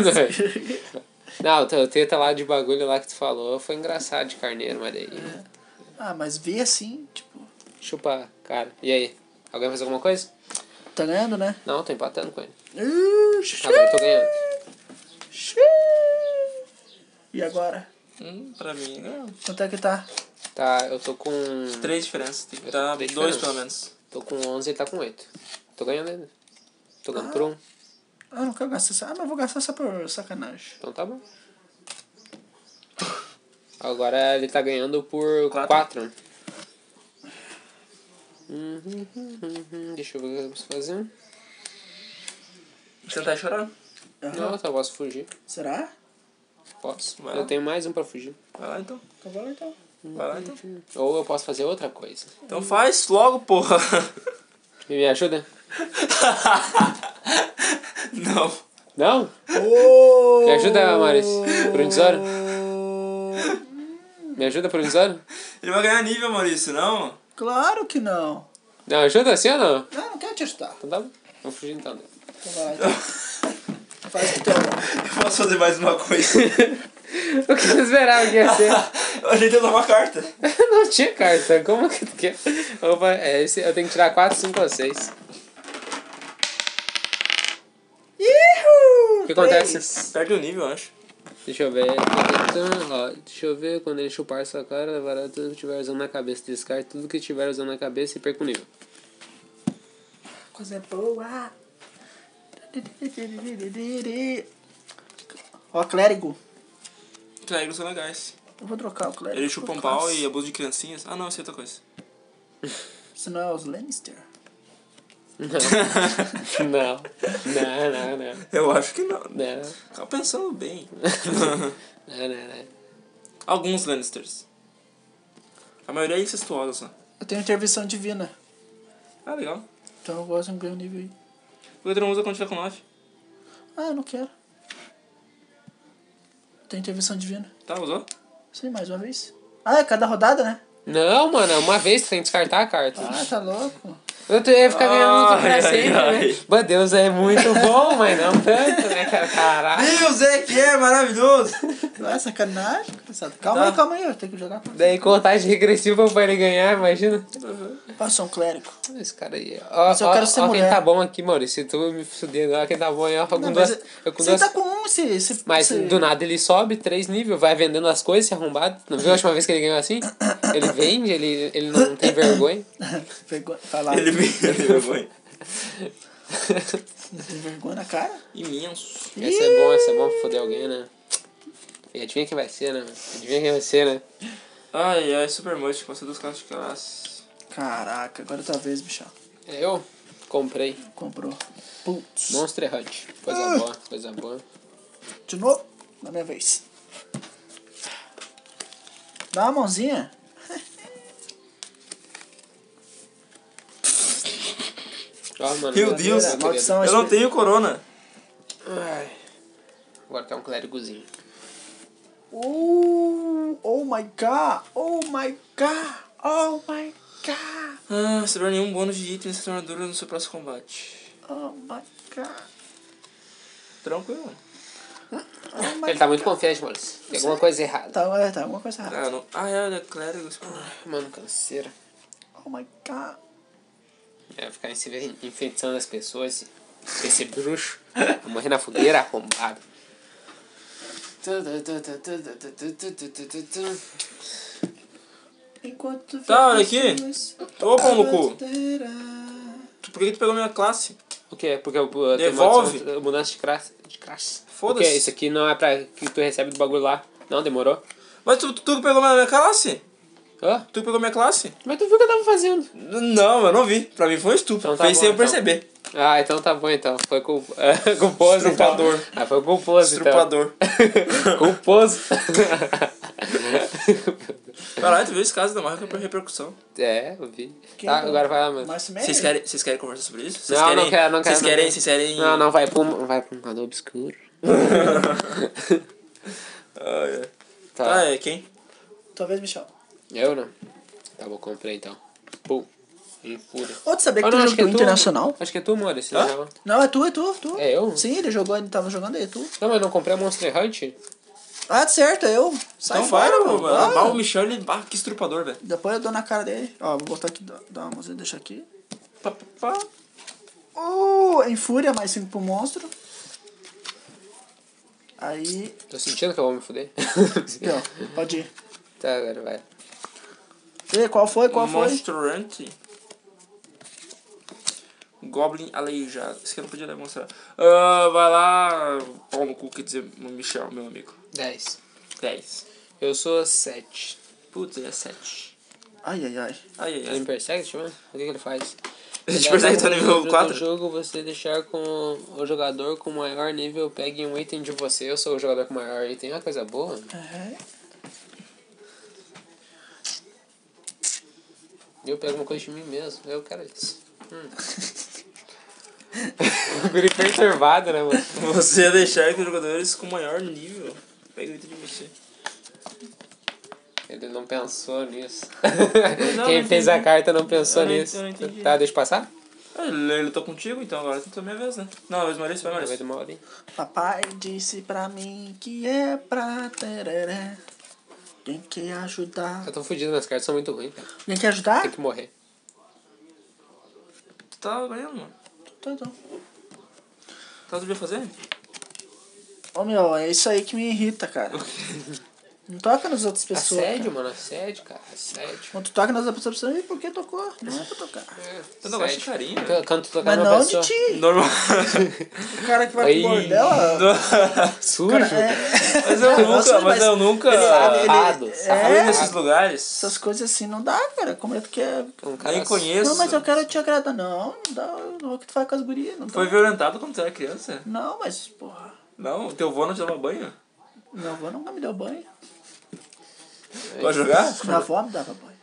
Não, o teta lá de bagulho lá que tu falou foi engraçado de carneiro, mas daí... Ah, mas ver assim, tipo... Chupa, cara. E aí? Alguém faz alguma coisa? Tá ganhando, né? Não, eu tô empatando com ele. Uh, xiii, Agora eu tô ganhando. xiii. E agora? Hum, pra mim, não. Quanto é que tá? Tá, eu tô com... Três diferenças. Tem que Eu tô dar com três dois diferenças. pelo menos. Tô com onze e ele tá com oito. Tô ganhando ainda. Tô ganhando por um. Ah, não quero gastar essa... Ah, mas vou gastar só por sacanagem. Então tá bom. Agora ele tá ganhando por Quatro. quatro. Uhum, uhum, uhum. Deixa eu ver o que eu posso fazer. Você tá chorando? Não, eu só posso fugir. Será? Posso. Vai Eu lá. tenho mais um pra fugir. Vai lá então. Então vai lá então. Vai lá então. Ou eu posso fazer outra coisa. Então faz logo, porra. Me ajuda? Não. Não? Oh! Me ajuda, Maurício. Por um tesouro? Me ajuda por um tesouro? Ele vai ganhar nível, Maurício, não? Claro que não. Não, ajuda assim ou não? Não, não quero te ajudar. Então tá bom. Vou fugir então. Então vai lá então. Faz o que teu... Eu posso fazer mais uma coisa. O que eu esperava que ia ser? Eu ajeitei uma carta. Não tinha carta. Como que tu quer? Opa, é esse. Eu tenho que tirar quatro, cinco ou seis. Ihu! O que acontece? Perde o nível, eu acho. Deixa eu ver. Então, ó, deixa eu ver. Quando ele chupar sua cara, levará tudo que estiver usando na cabeça. Descarte tudo que estiver usando na cabeça e perca o nível. Coisa boa. Ó, clérigo. Clérigos são legais. Eu vou trocar o clérigo. Ele chupa por um pau classe. e abusa de criancinhas. Ah, não, isso é outra coisa. Isso não é os Lannister? Não. Não. Não, não, não. Eu acho que não. Não. Tava pensando bem. Não, não, não. Alguns Lannisters. A maioria é incestuosa, né? Eu tenho intervenção divina. Ah, legal. Então eu gosto de um ganho nível aí. O Pedro não usa quando tiver com nove. Ah, eu não quero. Eu tenho intervenção divina. Tá, usou? Sim, mais uma vez. Ah, é cada rodada, né? Não, mano, uma vez tu tem que descartar a carta. Ah, tá louco. Eu tu ia ficar ganhando tudo pra Ai, sempre, ai, né? ai. Meu Deus, é muito bom, mas não tanto, né, cara? Caralho. Deus, é que é maravilhoso! Não é sacanagem, cansado. Calma Tá. aí, calma aí. Eu tenho que jogar pra Daí contagem regressiva pra ele ganhar, imagina. Passa um clérigo. Esse cara aí. Ó, Mas eu ó, quero ser ó quem mulher. tá bom aqui, Maurício. Se tu me fuder agora, quem tá bom é eu com Não, duas. mas Eu com você duas. tá com um, se... se Mas se... do nada ele sobe três níveis, vai vendendo as coisas, se arrombado. Não viu a última vez que ele ganhou assim? Ele vende, ele, ele não tem vergonha. Vergonha. Vai lá. Ele me ele me vergonha. Não tem vergonha na cara? Imenso. Esse é bom, esse é bom pra foder alguém, né? E adivinha quem vai ser, né? Adivinha quem vai ser, né? Ai, ai, Super Mush, passei dos carros de classe. Caraca, agora é tua vez, bichão. É eu comprei. Comprou. Putz. Monster Hunt. Coisa boa, coisa boa. De novo? Na minha vez. Dá uma mãozinha. Ó, mano, Meu meu Deus, querido. maldição. Eu não tenho corona. Ai. Agora tá um clérigozinho. Uh, oh my god. Oh my god. Oh my god. Ah, você não nenhum bônus de item nessa armadura no seu próximo combate. Oh my god. Tranquilo. Oh my Ele tá muito confiante, Maurício. Tem alguma coisa errada. Tá, é, tá alguma coisa errada. Ah, não. Ah, é, ele é clérigo. Mano, canseira. Oh my god. É, ficar enfe- enfeitiçando as pessoas. Esse, esse bruxo. Vou morrer na fogueira arrombado. Enquanto Tá, olha aqui. Ô, pão no cu. Por que tu pegou minha classe? O que? Porque eu, eu Devolve. tenho uma mudança de classe. De classe. Foda-se. O que? Isso aqui não é pra que tu recebe do bagulho lá. Não, demorou. Mas tu, tu, tu pegou minha, minha classe? Hã? Tu pegou minha classe? Mas tu viu o que eu tava fazendo? Não, eu não vi. Pra mim foi um estupro. Então tá foi bom, sem eu então. perceber. Ah, então tá bom então. Foi com, é, culposo então. Estrupador. Ah, foi culposo Estrupador. então. Culposo. Caralho, tu viu esse caso da marca por repercussão? É, eu vi. Quem Tá, é? agora vai lá, mano. Márcio Vocês Meyer? querem, vocês querem conversar sobre isso? Vocês Não, querem, não quero, não quero. Vocês não querem, quero. vocês querem... Não, não, vai pra um, vai pra um lado obscuro. Ah, é. Tá. Tá, é quem? Talvez, Michel. Eu não. Tá, vou comprei então. Pum. E fúria. Ô, tu sabia que Ah, tu não, jogou acho que é tu. internacional? Acho que é tu, Maurício. Hã? Não. Não, é tu, é tu, tu. É eu? Sim, ele jogou, ele tava jogando aí, é tu. Não, mas eu não comprei a Monster Hunter. Ah, certo, é eu. Sai Então fora, vai, mano. mano. Ah, Ah, o Michel, ele... Ah, que estrupador, velho. Depois eu dou na cara dele. Ó, vou botar aqui, dá uma mãozinha, deixa aqui. Pá, pá, pá. Uh, em fúria, mais cinco pro monstro. Aí, Tô sentindo que eu vou me fuder. aqui, ó, pode ir. Tá, agora vai. E qual foi, qual foi? Monster Hunter. Goblin aleijado. Esse aqui eu não podia demonstrar. Ah, vai lá. Pau no cu, quer dizer, Michel, meu amigo. dez. dez. Eu sou sete. Putz, ele é sete. Ai, ai, ai. Ai, ai, Ele ai. me persegue, deixa eu ver. O que, que ele faz? A gente percebe que tá nível quatro. No jogo, você deixar com o jogador com maior nível pegue um item de você. Eu sou o jogador com maior item. É uma coisa boa. É. Eu pego uma coisa de mim mesmo. Eu quero isso. Hum. Guri perturbado, né, mano? Você ia deixar que os jogadores com maior nível peguem o item de você. Ele não pensou nisso. Não, Quem não fez entendi. a carta não pensou Eu não- nisso. eu não entendi. Tá, deixa eu passar? Ah, Ele ele lutou contigo, então agora tentou minha vez, né? Não, a vez Maurício, vai Vai Maurício. demorar ali. Papai disse pra mim que é pra tereré. Quem quer ajudar? Eu tô fudido, minhas cartas são muito ruins, cara. Quem quer ajudar? Tem que morrer. Tu tá ganhando, mano. Tá, então. Tá tudo bem fazer? Ô, meu, é isso aí que me irrita, cara. Não toca nas outras pessoas. Assédio, cara. mano, assédio, cara. Assédio. Quando tu toca nas outras pessoas, e por que tocou? Não é pra tocar. Eu não gosto de carinho, né? Quando- Quando tu tocar Mas numa não pessoa... de ti. Normal. O cara que vai Aí. pro bordel, ó, Sujo. cara, é, Mas eu Não, nunca, mas mas eu nunca ele- ele- Safado. é, fui nesses lugares. essas coisas assim não dá, cara. Como é que tu quer? Um cara Nem conheço. Não, mas eu quero te agradar. Não, não dá. O que tu faz com as gurias? Não dá. Foi violentado quando tu era criança? Não, mas, porra, Não, teu avô não te dava banho? meu avô nunca me deu banho. Pode jogar? Minha avó me dava banho.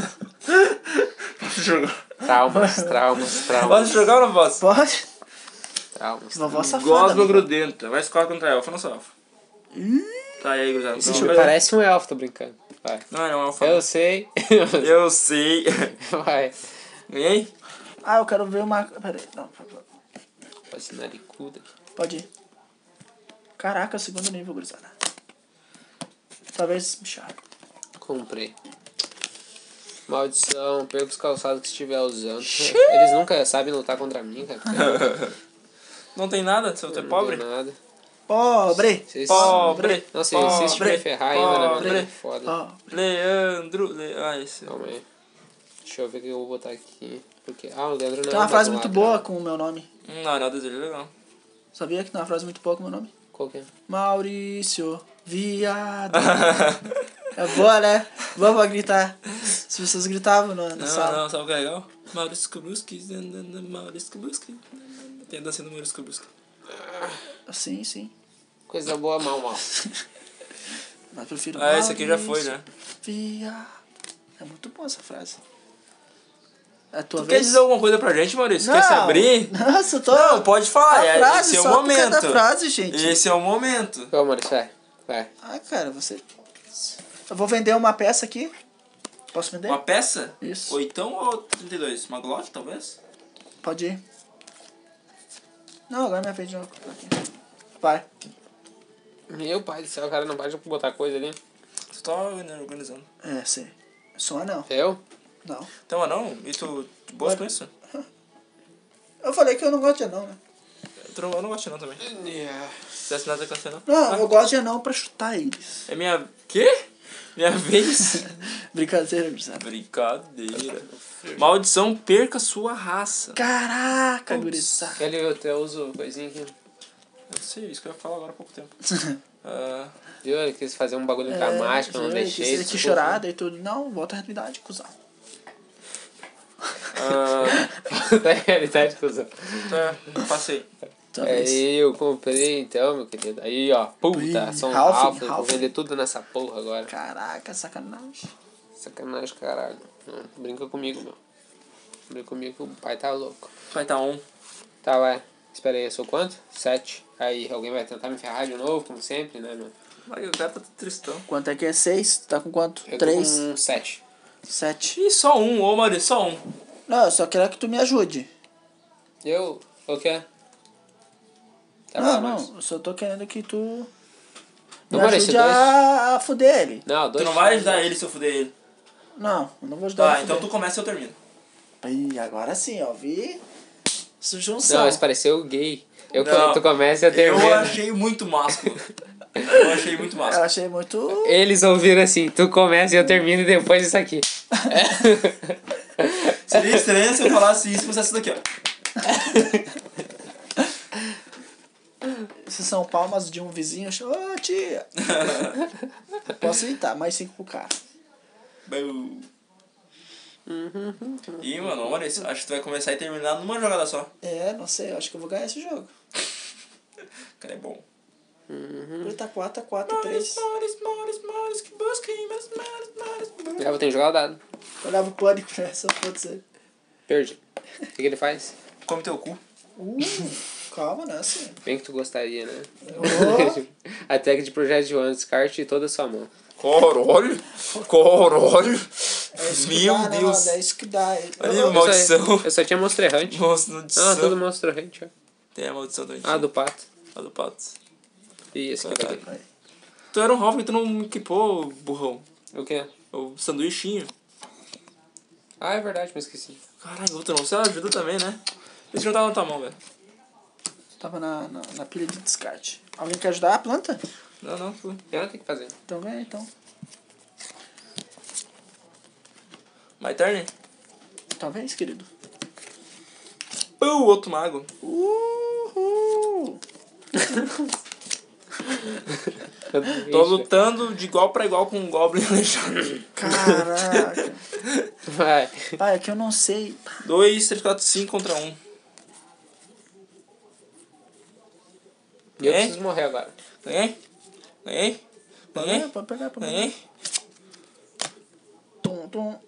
Posso jogar? Traumas, traumas, traumas. Posso jogar ou não posso? Pode? Traumas. Vovó safada. Gosma né? grudenta. Vai escola contra elfo, eu não sou elfo. Tá, e aí, grudado? Esse Então, jogo vai- parece um elfo, tô brincando. Vai. Não, é um elfo. Eu sei. Eu sei. Vai. Ganhei? Ah, eu quero ver uma... Pera aí. Não, Pode ser naricuda aqui. pode ir. Caraca, segundo nível, gurizada. Talvez Michel. Comprei. Maldição, perco os calçados que estiver usando. Eles nunca sabem lutar contra mim, cara. Não tem nada, se eu é Não pobre? deu nada. Pobre. Vocês... Pobre. Não, se vocês Pobre. me ferrar ainda, né, mano? Pobre. É foda. Pobre. Leandro. Le... Ah, esse. Calma aí. Deixa eu ver o que eu vou botar aqui. Porque... Ah, o Leandro não Tem é uma um frase baguala, muito boa cara. com o meu nome. Hum, Não, nada dele é legal. Sabia que tem uma frase muito boa com o meu nome? Qual que é? Maurício, viado. É boa, né? Boa pra gritar. As pessoas gritavam na, na Não, sala. não, sabe o que é legal? Maurício Kubruski. Maurício Kubruski. Tem a dança do Maurício Kubruski. Sim, sim. Coisa boa, mal, mal. Mas prefiro Ah, esse aqui já foi, né? Viado. É muito boa essa frase. É a tua Tu vez? quer dizer alguma coisa pra gente, Maurício? Não. Quer se abrir? Nossa, eu tô... Não, pode falar. A é- frase, esse é o só por causa momento. da frase, gente. Esse é o momento. Ô, Maurício, vai. Vai. Ah, cara, você... Eu vou vender uma peça aqui. Posso vender? Uma peça? Isso. Oitão ou trinta e dois? Uma Glock, talvez? Pode ir. Não, agora é minha vez de novo. Vai. Meu pai do céu, o cara não pode botar coisa ali. Tu tá organizando. É, sei. Sou um anão. Eu? Não. Então, não? E tu, tu boas com isso? Eu falei que eu não gosto de anão, né? Tu não- Eu não gosto de não também. Se assinado com não? Não, eu gosto de anão pra chutar eles. É minha... Quê? Minha vez? Brincadeira, gurizada. Brincadeira. Maldição, perca sua raça. Caraca, Putz. gurizada. Ele eu até uso coisinha aqui. Eu sei, isso que eu ia falar agora há pouco tempo. Ah, Viu? Ele quis fazer um bagulho dramático, eu não deixei. Que desculpa. chorada e tudo. Não, volta à realidade, cuzão. ah, Da realidade, cuzão. é, passei. Talvez. Aí eu comprei então, meu querido. Aí, ó, puta, Ih, São Ralph, Ralph, vou Ralph. vender tudo nessa porra agora. Caraca, sacanagem. Sacanagem, caralho. Não, brinca comigo, meu. Brinca comigo que o pai tá louco. Vai estar um. Tá, vai. Espera aí, eu sou quanto? Sete. Aí, alguém vai tentar me ferrar de novo, como sempre, né, meu? Vai, o cara tá tudo tristão. Quanto é que é? Seis? Tá com quanto? Eu Três? tô com sete. Sete? Ih, só um, ô Maurício, só um. Não, eu só quero que tu me ajude. Eu? O quê? Tá não, bom, não. mas- Eu só tô querendo que tu me Não, Maurício, ajude dois. a, a fuder ele. Não, Tu dois. não vai ajudar ele se eu fuder ele. Não, eu não vou ajudar Tá, ele a então tu fuder. começa e eu termino. Ih, agora sim, ó. Vi? Junção. Não, isso pareceu gay. Eu, Não. tu começa e eu Eu termino. achei muito másculo. Eu achei muito Eu másculo. achei muito... Eles ouviram assim, tu começa e eu termino e depois isso aqui. Seria estranho se eu falasse isso e fosse isso daqui, ó. Se são palmas de um vizinho, eu... Ô, tia! Posso evitar, mais cinco pro cara. Bum. Ih, mano, ô Maurício, acho que tu vai começar e terminar numa jogada só. É, não sei, eu acho que eu vou ganhar esse jogo. O cara é bom. Ele tá quatro a quatro, três. Maurício, Maurício, Maurício, que busca, Maurício, Maurício, Maurício. Já vou ter que jogar o dado. Olhava o pânico, né? Só pode ser. Perdi. O que, que ele faz? Come teu cu. Uh, calma, né? Assim. Bem que tu gostaria, né? Oh, Ataque de projeto de ônibus, descarte toda a sua mão. Caralho. Caralho. é isso que Meu dá, né, Deus. mano? É isso que dá. Aí, Eu- eu maldição. só- Eu só tinha Monster Hunt. Nossa, Ah, maldição. tudo Monster Hunt, ó. Tem a maldição do Ah, do pato. A do pato. E esse aqui. Caralho. Tu era um Ralph e tu não me equipou, burrão. O quê? O sanduichinho. Ah, é verdade, me esqueci. Caralho, tu não você ajuda também, né? Esse não tava na tua mão, velho. Tava na, na, na pilha de descarte. Alguém quer ajudar a planta? Não, não, foi. Eu não tenho que fazer. Então ganha, então. My turn? Talvez, querido. Pum, outro mago. Uhul! Tô lutando de igual pra igual com um Goblin aleijado. Caraca. Vai. Pai, é que eu não sei. dois, três, quatro, cinco contra um. Eu É? preciso morrer agora. Ganhei? Ganhei? Pode Ganhei? pegar, pode pegar, pode pegar. Ganhei? Tum, tum.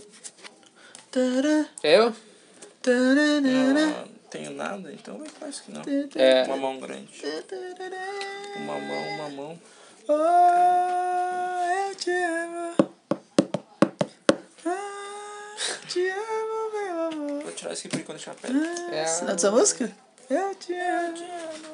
Tará, Eu? tará, Não tenho nada, então vai faz que não. É. Uma mão grande. Uma mão, uma mão. Oh, eu te amo. Ah, te amo, meu amor. Vou tirar esse aqui por enquanto deixar perto. É. Sabe dessa música? Eu te amo.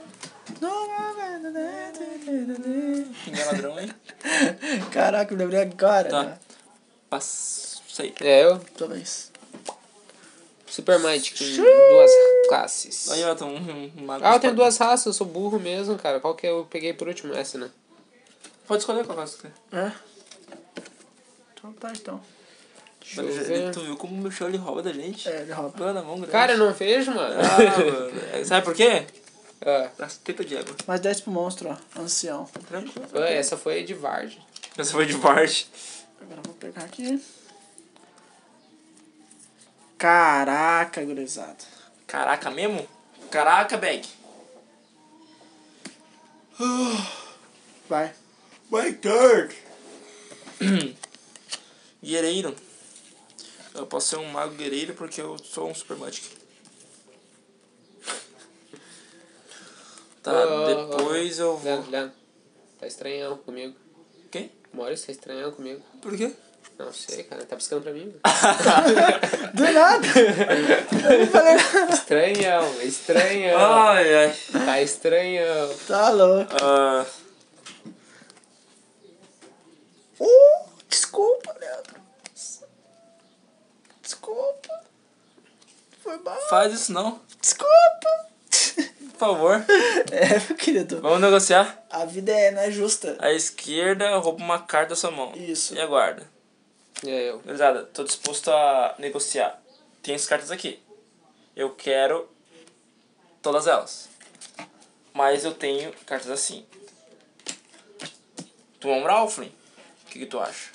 Quem é ladrão, hein? Caraca, eu lembrei agora. Tá. Né? Passei. É eu? Talvez. Super Might com duas classes. Aí, ó, tem um, um, um mago. Ah, eu tenho espadão. duas raças, eu sou burro mesmo, cara. Qual que eu peguei por último? Essa, né? Pode escolher qual raça que você É? Então tá, então. Deixa eu quer. ver. Tu viu como o meu show ele rouba da gente? É, ele rouba. Mano, a mão grande. Cara, eu não vejo, mano. Ah, mano. É, sabe por quê? Ah, Das tetas de água. Mais dez pro monstro, ó. Ancião. Tranquilo. ué, essa foi de Vard. Essa foi de parte. Agora eu vou pegar aqui. Caraca, gurizada. Caraca mesmo? Caraca, bag. Vai. My turn. Guerreiro. Eu posso ser um mago guerreiro porque eu sou um super magic. Tá, Ô, depois eu vou... Leandro, Leandro, tá estranhão comigo. Quem? O Maurício tá estranhão comigo. Por quê? Não sei, cara. Tá piscando pra mim. Do nada. Eu não falei nada. Estranhão, estranhão. Ai, ai. Tá estranhão. Tá louco. Ah, Uh, desculpa, Leandro. Desculpa. Foi mal. faz isso não. Desculpa. Por favor. É, meu querido. Vamos negociar. A vida é, não é justa. A esquerda rouba uma carta da sua mão. Isso. E a guarda? E aí eu? Gurizada, tô disposto a negociar. Tem as cartas aqui. Eu quero todas elas. Mas eu tenho cartas assim. Tu é um Ralfling? O que que tu acha?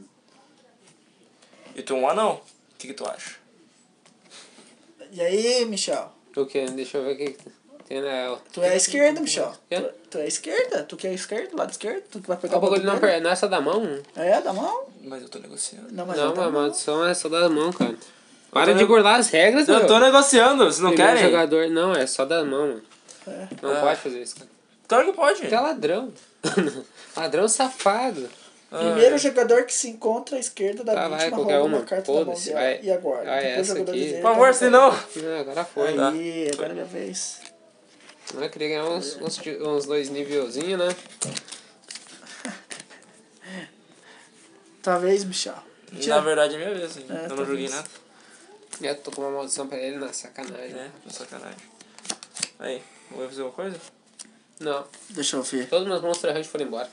E tu é um anão? O que que tu acha? E aí, Michel? O que? Deixa eu ver o que que tem na... Tu é a esquerda, Michel. Quê? Tu, tu é a esquerda? Tu que é a esquerda, lado esquerdo? Tu que vai pegar O bagulho o não, dele? per- não é só da mão? É, da mão? Mas eu tô negociando. Não, mas Não, é da mas a mão. maldição é só da mão, cara. Para tô de ne- burlar as regras, Eu meu. tô negociando, vocês não Primeiro querem? jogador... Não, é só da mão, mano. É. Não Ah. pode fazer isso, cara. Claro que pode. Tu é ladrão. Ladrão safado. Primeiro Ah, jogador que se encontra à esquerda da Tá, vai, vítima qualquer rouba uma. uma carta da mão Foda-se, dela vai. e agora. Vai, Depois o essa jogador aqui. direito Por favor, toma senão... Não, agora foi. Aí, agora é minha vez. Eu queria ganhar uns, uns, uns dois nivelzinhos, né? Tua vez, Michel. Na verdade é minha vez, hein? É, eu não talvez. joguei nada. E eu tô com uma maldição pra ele na sacanagem. É, tô sacanagem. Aí, vou fazer uma coisa? Não, Deixa eu ver. todos meus monstros errantes foram embora.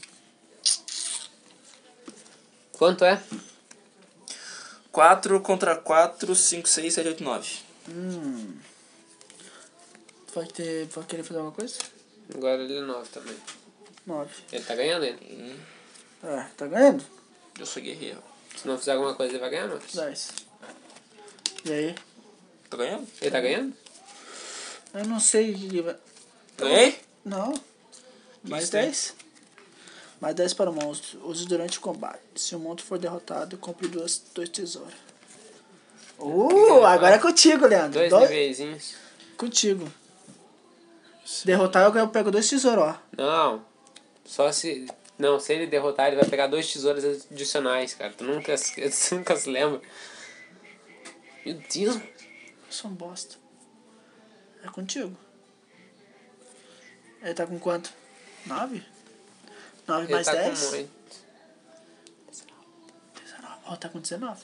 Quanto é? quatro contra quatro, cinco, seis, sete, oito, nove. Hum. Tu vai, ter, vai querer fazer alguma coisa? Agora ele é nove também. Nove. Ele tá ganhando ele. É, tá ganhando? Eu sou guerreiro. Se não fizer alguma coisa, ele vai ganhar mais. Dez. E aí? Tô ganhando? Ele tá ganhando? Eu não sei o que que vai... Ganhei? Não. Mais isso tem? dez. Mais dez para o monstro. Use durante o combate. Se o monstro for derrotado, compre duas, dois tesouros. Uh, agora é contigo, Leandro. Dois Dois- nivezinhos. Contigo. Derrotar, eu eu pego dois tesouros, ó. Não. Só se... Não, se ele derrotar, ele vai pegar dois tesouros adicionais, cara. Tu nunca, tu nunca se lembra. Meu Deus. Eu sou um bosta. É contigo. Ele tá com quanto? Nove? Nove Ele mais tá dez? com muito. dezenove. Ó, tá com dezenove.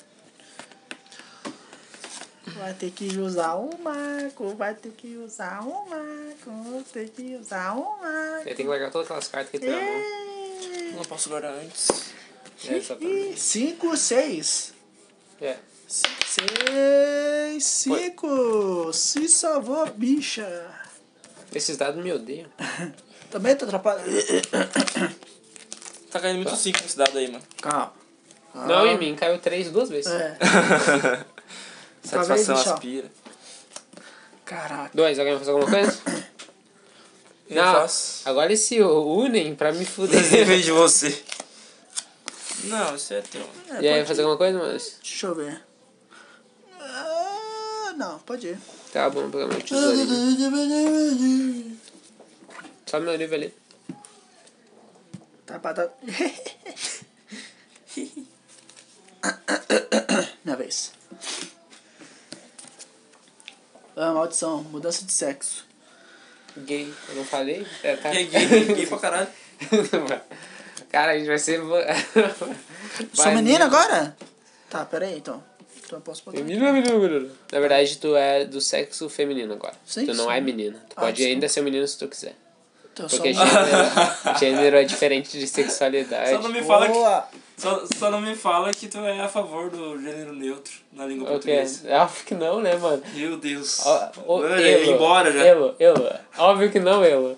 Vai ter que usar um mago, vai ter que usar um mago, vai ter que usar um mago. Ele tem que largar todas aquelas cartas que ele tem na mão. Ê, Não posso guardar antes. É, exatamente. ê, Cinco, seis. É. Seis, cinco. Se salvou, bicha. Esses dados me odeiam. Também tá atrapalhando. Tá caindo muito cinco nesse dado aí, mano. Calma. Não, em mim caiu três duas vezes. É. Satisfação Michel. aspira. Caraca. Dois, alguém vai fazer alguma coisa? Eu Não, faço. agora eles se unem pra me fuder. Em vez de você. Não, isso é teu. É, E aí, vai pode fazer ir. alguma coisa, mas Deixa eu ver. Ah, não, pode ir. tá bom, vou pegar meu tesourinho. Só meu nível ali. Tá pra dar. Minha vez. Ah, maldição, mudança de sexo. Gay, eu não falei? É, tá. Gay, gay, gay pra caralho. Cara, a gente vai ser. Sou Vai, menina agora? Tá, pera aí então. Então eu posso botar. Menino, menino, menino. Na verdade, tu é do sexo feminino agora. Sim, tu não sim. é menina. Tu Ah, pode desculpa. ainda ser um menino se tu quiser. Então, eu sou Porque uma- gênero, gênero é diferente de sexualidade. Só não me fala que, Boa. só, só não me fala que tu é a favor do gênero neutro na língua O quê? portuguesa. É óbvio que não, né, mano? Meu Deus. Ó, ó, Mano, Elo, ia embora já. Elo, Elo. Óbvio que não, Elo.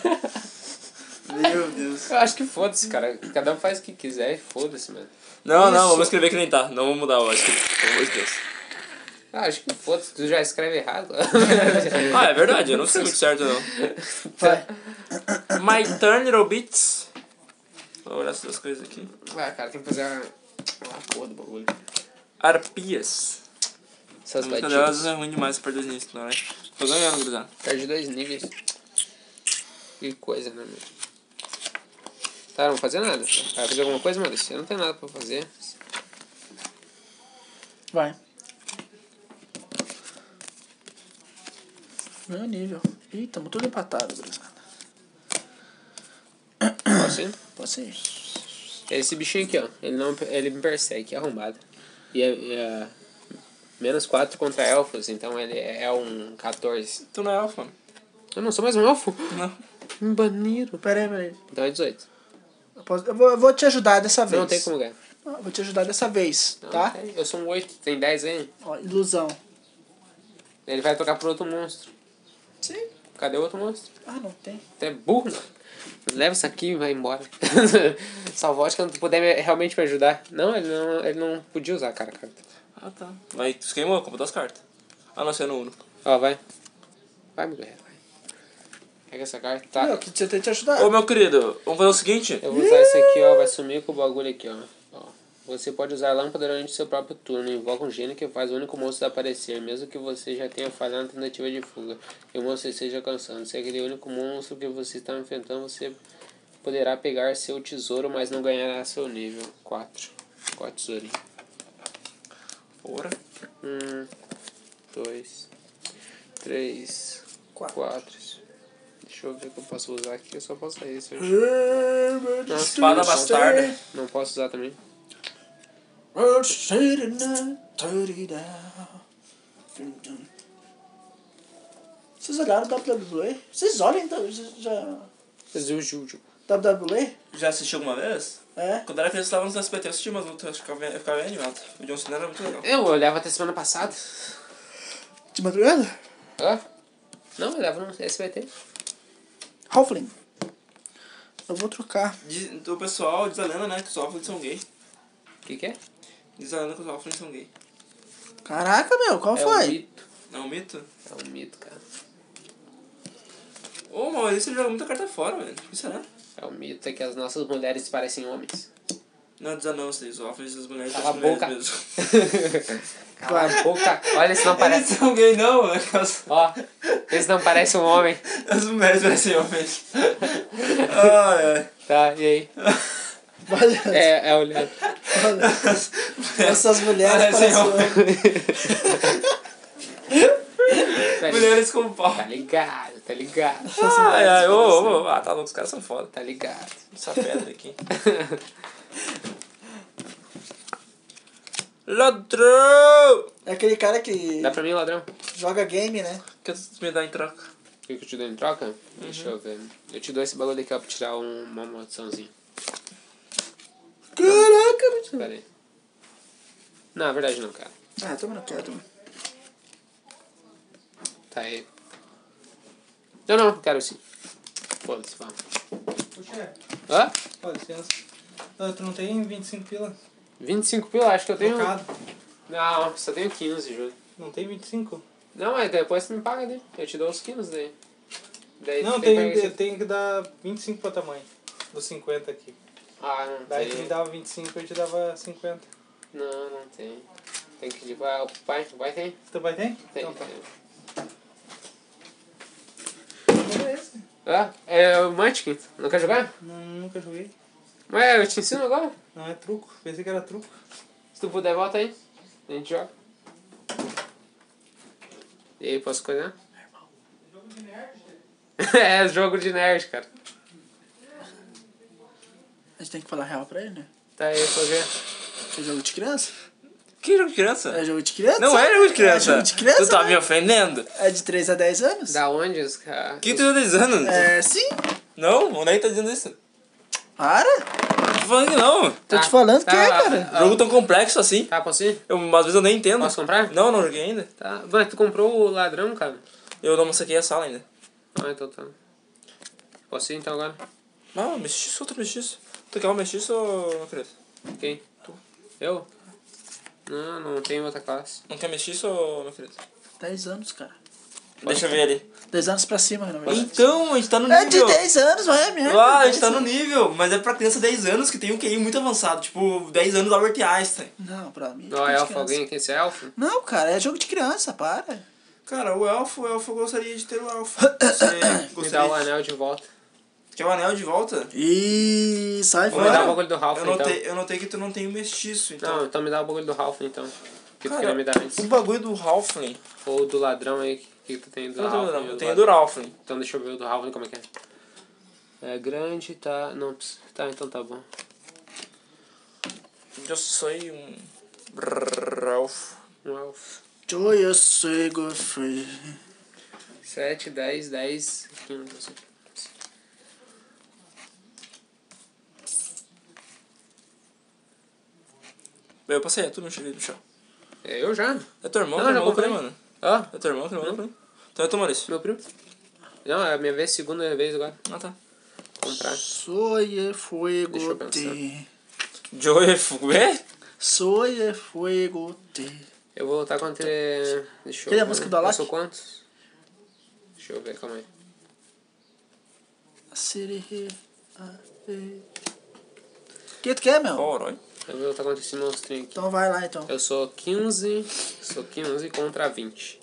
Meu Deus. Eu acho que foda-se, cara. Cada um faz o que quiser e foda-se, mano. Não, não, Isso. vamos escrever que nem tá. Não vamos mudar, eu acho que. Pelo amor de Deus. Eu acho que foda-se, tu já escreve errado. Ah, é verdade, eu não sei muito certo não. Vai. My turn, little bits. Vou olhar essas duas coisas aqui. Ah, cara, tem que fazer uma, uma porra do bagulho. Arpias. Essas A música batidas. delas é ruim demais pra perder nisso, não é? Tô ganhando, gurizada. Perde dois níveis. Que coisa, né, meu? Tá, não vou fazer nada. Vai fazer alguma coisa, Maurício? Eu não tenho nada pra fazer. Vai. Meu nível. Ih, tamo tudo empatado, gurizada. Posso ir? Posso ir? Esse bichinho aqui, ó. Ele, não, ele me persegue, que é arrombado. E é, é menos quatro contra elfos, então ele é um quatorze. Tu não é elfo, mano? Eu não sou mais um elfo. Não. Me baniram. Pera aí, pera aí. Então é dezoito. Eu, posso- eu vou, eu vou te ajudar dessa Você vez. não tem como ganhar. Ah, vou te ajudar dessa vez, Não, tá? tem. Eu sou um oito, tem dez aí. Ó, ilusão. Ele vai trocar por outro monstro. Sim. Cadê o outro monstro? Ah, não tem. Tu é burro, mano. Leva isso aqui e vai embora. Só volte quando tu puder me- realmente me ajudar. Não, ele não, ele não podia usar, cara, carta. Ah, tá. Vai, tu se queimou, compra duas cartas. Ah, não, você é no Uno. Ó, vai. Vai, meu guerreiro, vai. Pega essa carta. Tá. Meu, que eu tentei te ajudar. Ô, meu querido, vamos fazer o seguinte. Eu vou usar esse aqui, ó. Vai sumir com o bagulho aqui, ó. Ó. Você pode usar a lâmpada durante seu próprio turno. Invoca um gênio que faz o único monstro aparecer, mesmo que você já tenha falhado na tentativa de fuga. E o monstro esteja alcançando. Se é aquele único monstro que você está enfrentando, você poderá pegar seu tesouro, mas não ganhará seu nível. quatro. quatro tesourinhos. Ora. Um, dois, três, Quatro. quatro. Deixa eu ver o que eu posso usar aqui. Eu só posso usar esse hoje. Não, Espada bastarda. Não posso usar também. Vocês olharam o W W E? Vocês olham então? Já... Juju. W W E? Já assistiu alguma vez? É? Quando era criança, eu estava no S B T, eu assistia umas lutas, eu ficava, eu ficava bem animado. O John Cena era muito legal. Eu olhava até semana passada. De madrugada? Hã? Não, eu olhava no S B T. Halfling. Eu vou trocar. Diz, o pessoal diz a lenda, né, que os Halflings são gay. O que que é? Diz a lenda que os Halflings são gay. Caraca, meu, qual É foi? um mito. É um mito? É um mito, cara. Ô, Maurício, ele joga muita carta fora, velho. Por que será? É um mito, é que as nossas mulheres parecem homens. Não, diz não, vocês, os Halflings as mulheres Cala a são mulheres boca. mesmo. Cala a boca. Olha, esse não parece... Eles são gay não, velho. Ó, esse não parece um homem. As mulheres parecem homens. Ai, ai. Tá, e aí? Olha, É, é olhando. essas mulheres Parecem parecem homens. Tá ligado? Mulheres com pau. Tá ligado, tá ligado. Ai, ai, ô, ô, ô. Ah, tá louco, os caras são foda. Tá ligado. Essa pedra aqui. Ladrão! É aquele cara que Dá pra mim, ladrão? joga game, né? O que tu me dá em troca? O que que eu te dou em troca? Deixa eu ver. Eu te dou esse bagulho aqui, ó, pra tirar um, uma maldiçãozinha. Caraca, bicho. Pera aí. Não, é verdade não, cara. Ah, toma no quieto, mano. Tá aí. Não, não, quero sim. Foda-se, vamos. Puxa, Hã? ó, licença. Ah, tu não tem vinte e cinco pila? vinte e cinco pila, acho que eu tenho... Trocado. Não, só tenho quinze, Júlio. Não tem vinte e cinco? Não, mas depois tu me paga daí. Eu te dou os quilos daí. daí Não, tu tem, que pegar tem, esse- tem que dar vinte e cinco pra tamanho. Dos cinquenta aqui. Ah, não Daí tu tem. me dava vinte e cinco e eu te dava cinquenta. Não, não tem. Tem que ir pra... Vai, vai tem. Tu vai ter? Tem, Então tá. tem. Qual é esse? Ah, é o Munchkin. Não quer jogar? Não, nunca joguei. Ué, eu te ensino agora. Não, é truco. Pensei que era truco. Se tu puder, volta aí. A gente joga. E aí, posso coisar? É, jogo de nerd, cara. A gente tem que falar real pra ele, né? Tá aí, pode ver. É jogo de criança? Que jogo de criança? É jogo de criança? Não é jogo de criança. É jogo de criança, Tu tá né? me ofendendo? É de três a dez anos? Da onde os caras... Que tu tem dez anos? É, sim. Não, o Ney tá dizendo isso. Para. Tô falando que não. Tô Tá, te falando tá, que é, ah, cara. ah, Jogo tão complexo assim. Tá, posso ir? Eu, às vezes eu nem entendo. Posso comprar? Não, não joguei ainda. Tá. Mas tu comprou o ladrão, cara? Eu não saquei a sala ainda. Ah, então tá. Posso ir então agora? Não, mestiço, outro mestiço. Tu quer um mestiço ou não acredito? Quem? Tu. Eu? Não, não tenho outra classe. Não quer mestiço ou não acredito? dez anos, cara. Deixa eu ver ali. dez anos pra cima, na verdade. Então, a gente tá no É de nível. dez anos, vai, minha. Ah, a gente tá no nível, mas é pra criança dez anos que tem um Q I muito avançado. Tipo, dez anos Albert Einstein. Não, pra mim. Ó, jogo de elfo, criança. alguém quer ser elfo? Não, cara, é jogo de criança, para. Cara, o elfo, o elfo eu gostaria de ter o elfo. Você Me dá gostaria o de... anel de volta. Quer o anel de volta? Ih, sai Vou me dar o fora. bagulho do Ralph, Eu então. notei, eu notei que tu não tem o mestiço, então. Não, então me dá o bagulho do Ralph, então. Que tu Cara, queria me dar antes. o bagulho do Halfling. Ou do ladrão aí, que, que tu tem do Eu, Ralph. não, e eu o tenho ladrão. do Halfling. Então deixa eu ver o do Ralph, como é que é. É grande, tá... Não, ps- tá, então tá bom. Eu sou um... Ralph. Um elfo. Joyous Godfrey. sete, dez, dez, quinze. Eu passei, é tu não cheguei no chão. É eu já. É teu irmão Não, que já não mandou pra comprei. mim, mano. Ó, É teu irmão que não mandou pra mim. Então é tu, Maurício. meu primo. Não, é a minha vez, segunda vez agora. Ah, tá. Comprar. Soy Deixa eu fuego pensar. te. Joey Fugê? Soy fuego te. Eu vou lutar contra... Deixa eu Queria a ver. música do Alok? Eu sou quantos? Deixa eu ver, calma aí. Sirihe. O que tu quer, meu? Orói. Eu vou lutar contra esse monstrinho aqui. Então vai lá, então. Eu sou quinze. Sou quinze contra vinte.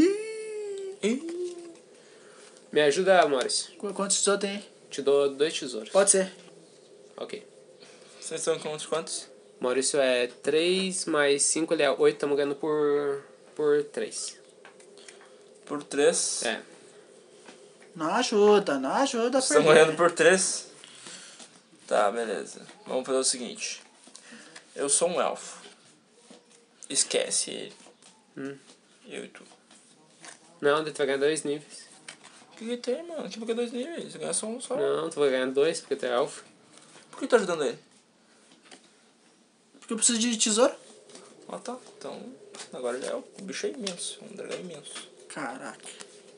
Ih, Me ajuda, Maurício. qu- quantos tesouros tem? Te dou dois tesouros. Pode ser. Ok. Vocês estão com quantos? Maurício é três mais cinco, ele é oito. Estamos ganhando por, por três. Por três. É. Não ajuda, não ajuda a Estão perder. ganhando por três. Tá, beleza. Vamos fazer o seguinte. Eu sou um elfo. Esquece ele. Hum. Eu e tu. Não, tu vai ganhar dois níveis. O que que tem, mano? Que porque dois níveis? Você ganha só um só. Não, tu vai ganhar dois porque tu é elfo. Por que tá ajudando ele? Porque eu preciso de tesouro. Ah, tá. Então, agora ele é o o bicho é imenso. Um dragão imenso. Caraca.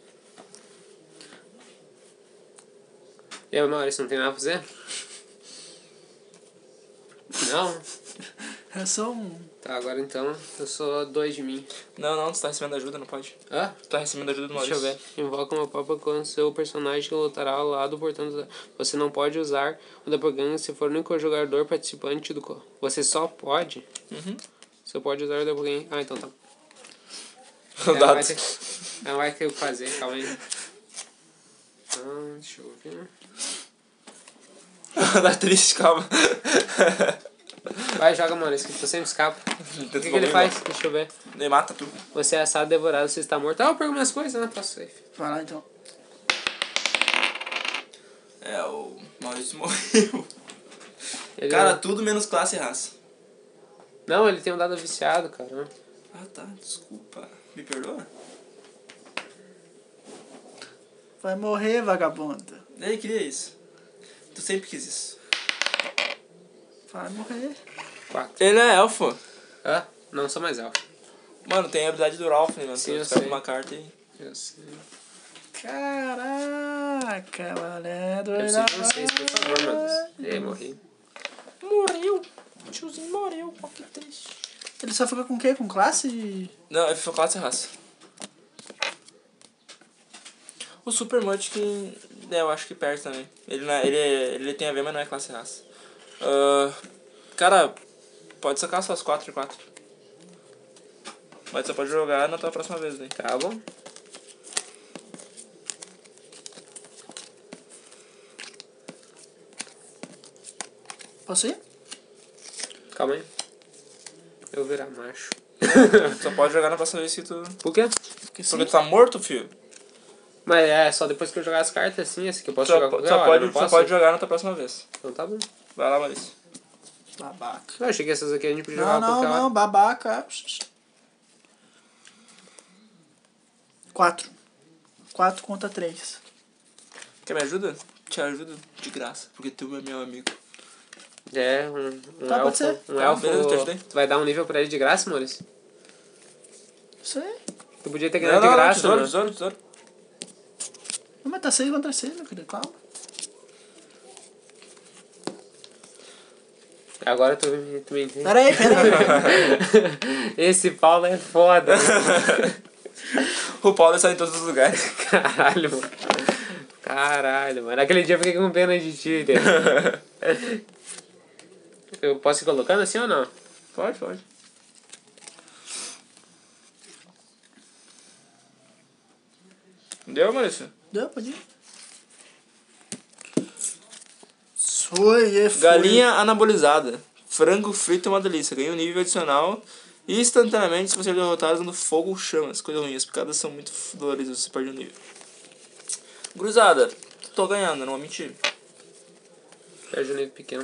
E aí, Maurício, não tem nada pra fazer? Não? É só um... Tá, agora então eu sou dois de mim. Não, não. Tu tá recebendo ajuda, não pode. Ah? Tu tá recebendo ajuda do Deixa Maurício. eu ver. Invoca uma papa com seu personagem que lutará ao lado, portanto, você não pode usar o Doppelganger se for o único jogador participante do... co- Você só pode? Uhum. Você pode usar o Doppelganger... Ah, então tá. O Ela dado. vai ter, ela vai ter o que fazer, calma aí. Ah, deixa eu ver. Dá triste, calma. Vai, joga, mano, esse que tu sempre escapa. O que, que ele faz? Deixa eu ver. Ele mata tu. Você é assado, devorado, você está morto. Ah, eu pego minhas coisas, né? Tá safe. Vai lá, então. É, o Maurício morreu. Ele Cara, não... tudo menos classe e raça. não, ele tem um dado viciado, cara. Ah, tá. Desculpa. Me perdoa? Vai morrer, vagabundo. Ele queria isso. Tu sempre quis isso. Vai morrer. Quatro. Ele é elfo. Ah, não sou mais elfo. Mano, tem a habilidade do Ralph, né, mano? Sim, Tu eu escreve sei. uma carta e... Eu sei. Caraca, malandro. Eu preciso de um seis, por favor, meu Deus. Ei, morri. Morreu. O tiozinho morreu. Ó, que triste. Ele só fica com o quê? Com classe? Não, ele foi classe e raça. O Super Munchkin, é, eu acho que perde também. Ele, não é, ele, é- ele tem a ver, mas não é classe e raça. Ah, cara, pode sacar suas quatro e quatro. Mas você pode jogar na tua próxima vez, né? Tá bom. Posso ir? Calma aí. Eu virar macho. Só pode jogar na próxima vez que tu... Por quê? Porque Porque tu tá morto, filho. Mas é só depois que eu jogar as cartas assim, esse que eu posso Só, jogar qualquer só, hora, pode, não só posso? pode jogar na tua próxima vez. Então tá bom. Vai lá, Maurício. Babaca. Eu achei que essas aqui a gente podia Não, jogar não, qualquer não, hora. babaca. Quatro. Quatro contra três. Quer me ajuda? Te ajudo de graça, porque tu é meu amigo. É, um, um Tá, pode elfo. ser. Um Tá, elfo. beleza, te ajudei. Tu vai dar um nível pra ele de graça, Maurício? Isso aí. Tu podia ter Não, ganhado não, de não, graça, tesouro, né? tesouro, tesouro. Não, mas tá seis contra seis, meu querido. Calma. Agora tu, me- tu me entende. Pera aí, pera aí. Esse Paulo é foda. O Paulo sai em todos os lugares. Caralho, mano. Caralho, mano. Aquele dia eu fiquei com pena de ti, entendeu? Eu posso ir colocando assim ou não? Pode, pode. Deu, Maurício? Deu, pode ir. Soy fuego. Galinha anabolizada. Frango frito é uma delícia. Ganha um nível adicional instantaneamente se você derrotar usando fogo ou chamas. Coisa ruim, as picadas são muito dolorosas, você perde um nível. Cruzada. Tô ganhando, não vou mentir. Perde um nível pequeno.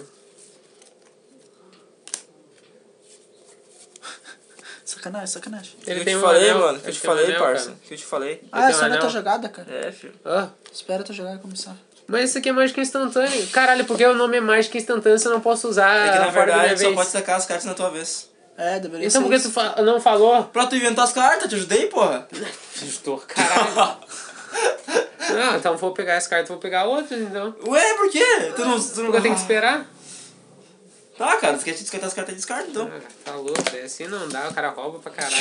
Sacanagem, sacanagem. O que Ele eu tem te um falei, anel, mano? O que eu ele te tem um falei, anel, parça? cara. O que eu te falei? Ah, tenho essa não é anel. tua jogada, cara. É, filho. Ah, Espera tua jogada começar. mas isso aqui é mágica instantânea. Caralho, porque o nome é mágica instantânea, você não posso usar É que na fora da minha verdade só vez. pode sacar as cartas na tua vez. É, deveria Então ser por que isso. tu fa- não falou? Pra tu inventar as cartas, te ajudei, porra. Estou, caralho. Não, então vou pegar essa carta e vou pegar outras, então. Ué, por quê? Tu não... Tu não... Porque eu tenho que esperar. Tá, cara, tu quer descartar as cartas, descarta, então. Ah, tá louco, é assim não dá, o cara rouba pra caralho.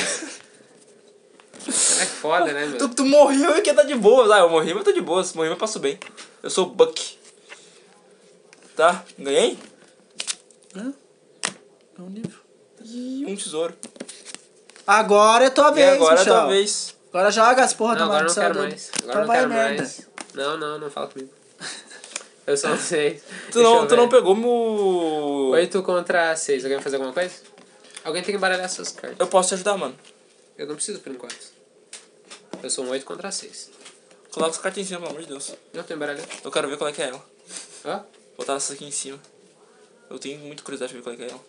É foda, né, meu? Tu, tu morreu e quer tá de boa. Ah, eu morri, mas tô de boa. Se morrer, eu passo bem. Eu sou o Buck. Tá, ganhei? Hã? É um nível. E um tesouro. Agora é tua E vez, agora é a Michel. tua vez. Agora joga as porra Não, da agora não maldição quero dele. mais. Agora Então não vai quero merda. mais. Não, não, não fala comigo. Eu sou um seis. Tu não, tu não pegou meu... oito contra seis. Alguém vai fazer alguma coisa? Alguém tem que baralhar suas cartas. Eu posso te ajudar, mano. Eu não preciso por enquanto. Eu sou um oito contra seis. Coloca essa carta em cima, pelo amor de Deus. Não tem baralhar. Eu quero ver qual é que é ela. Ó. Vou botar essa aqui em cima. Eu tenho muita curiosidade de ver qual é que é ela.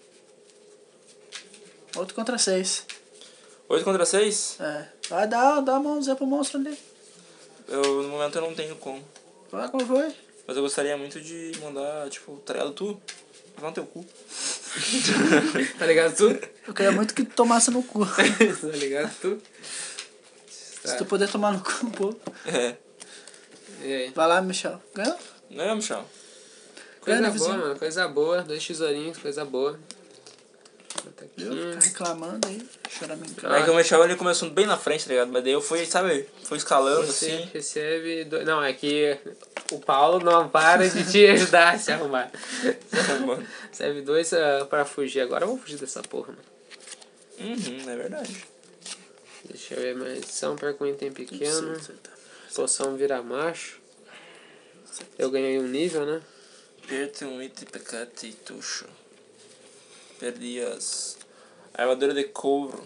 Outro contra seis. oito contra seis? É. Vai dar, dá a mãozinha pro monstro ali. Eu, no momento eu não tenho como. Vai, como foi? Mas eu gostaria muito de mandar, tipo, tá ligado tu? Levar no teu cu. Tá ligado tu? Eu queria muito que tu tomasse no cu. Tá ligado tu? Se tu puder tomar no cu um pouco. É. E aí? Vai lá, Michel. Ganhou? Não é, Michel? Coisa Ganha, boa, vizinho. mano. Coisa boa. Dois tesourinhos, coisa boa. Bota aqui. Viu? Fica reclamando aí. Choramingando. É que o Michel ele começou bem na frente, tá ligado? Mas daí eu fui, sabe, fui escalando Você assim. recebe... Do... Não, é que o Paulo não para de te ajudar a se arrumar. Mano. Recebe dois uh, pra fugir. Agora eu vou fugir dessa porra, mano. Uhum, é verdade. Deixa eu ver, maldição, perco um item pequeno. Poção vira macho. Eu ganhei um nível, né? Perdi um item pecate e tucho. Perdi as... A armadura de couro.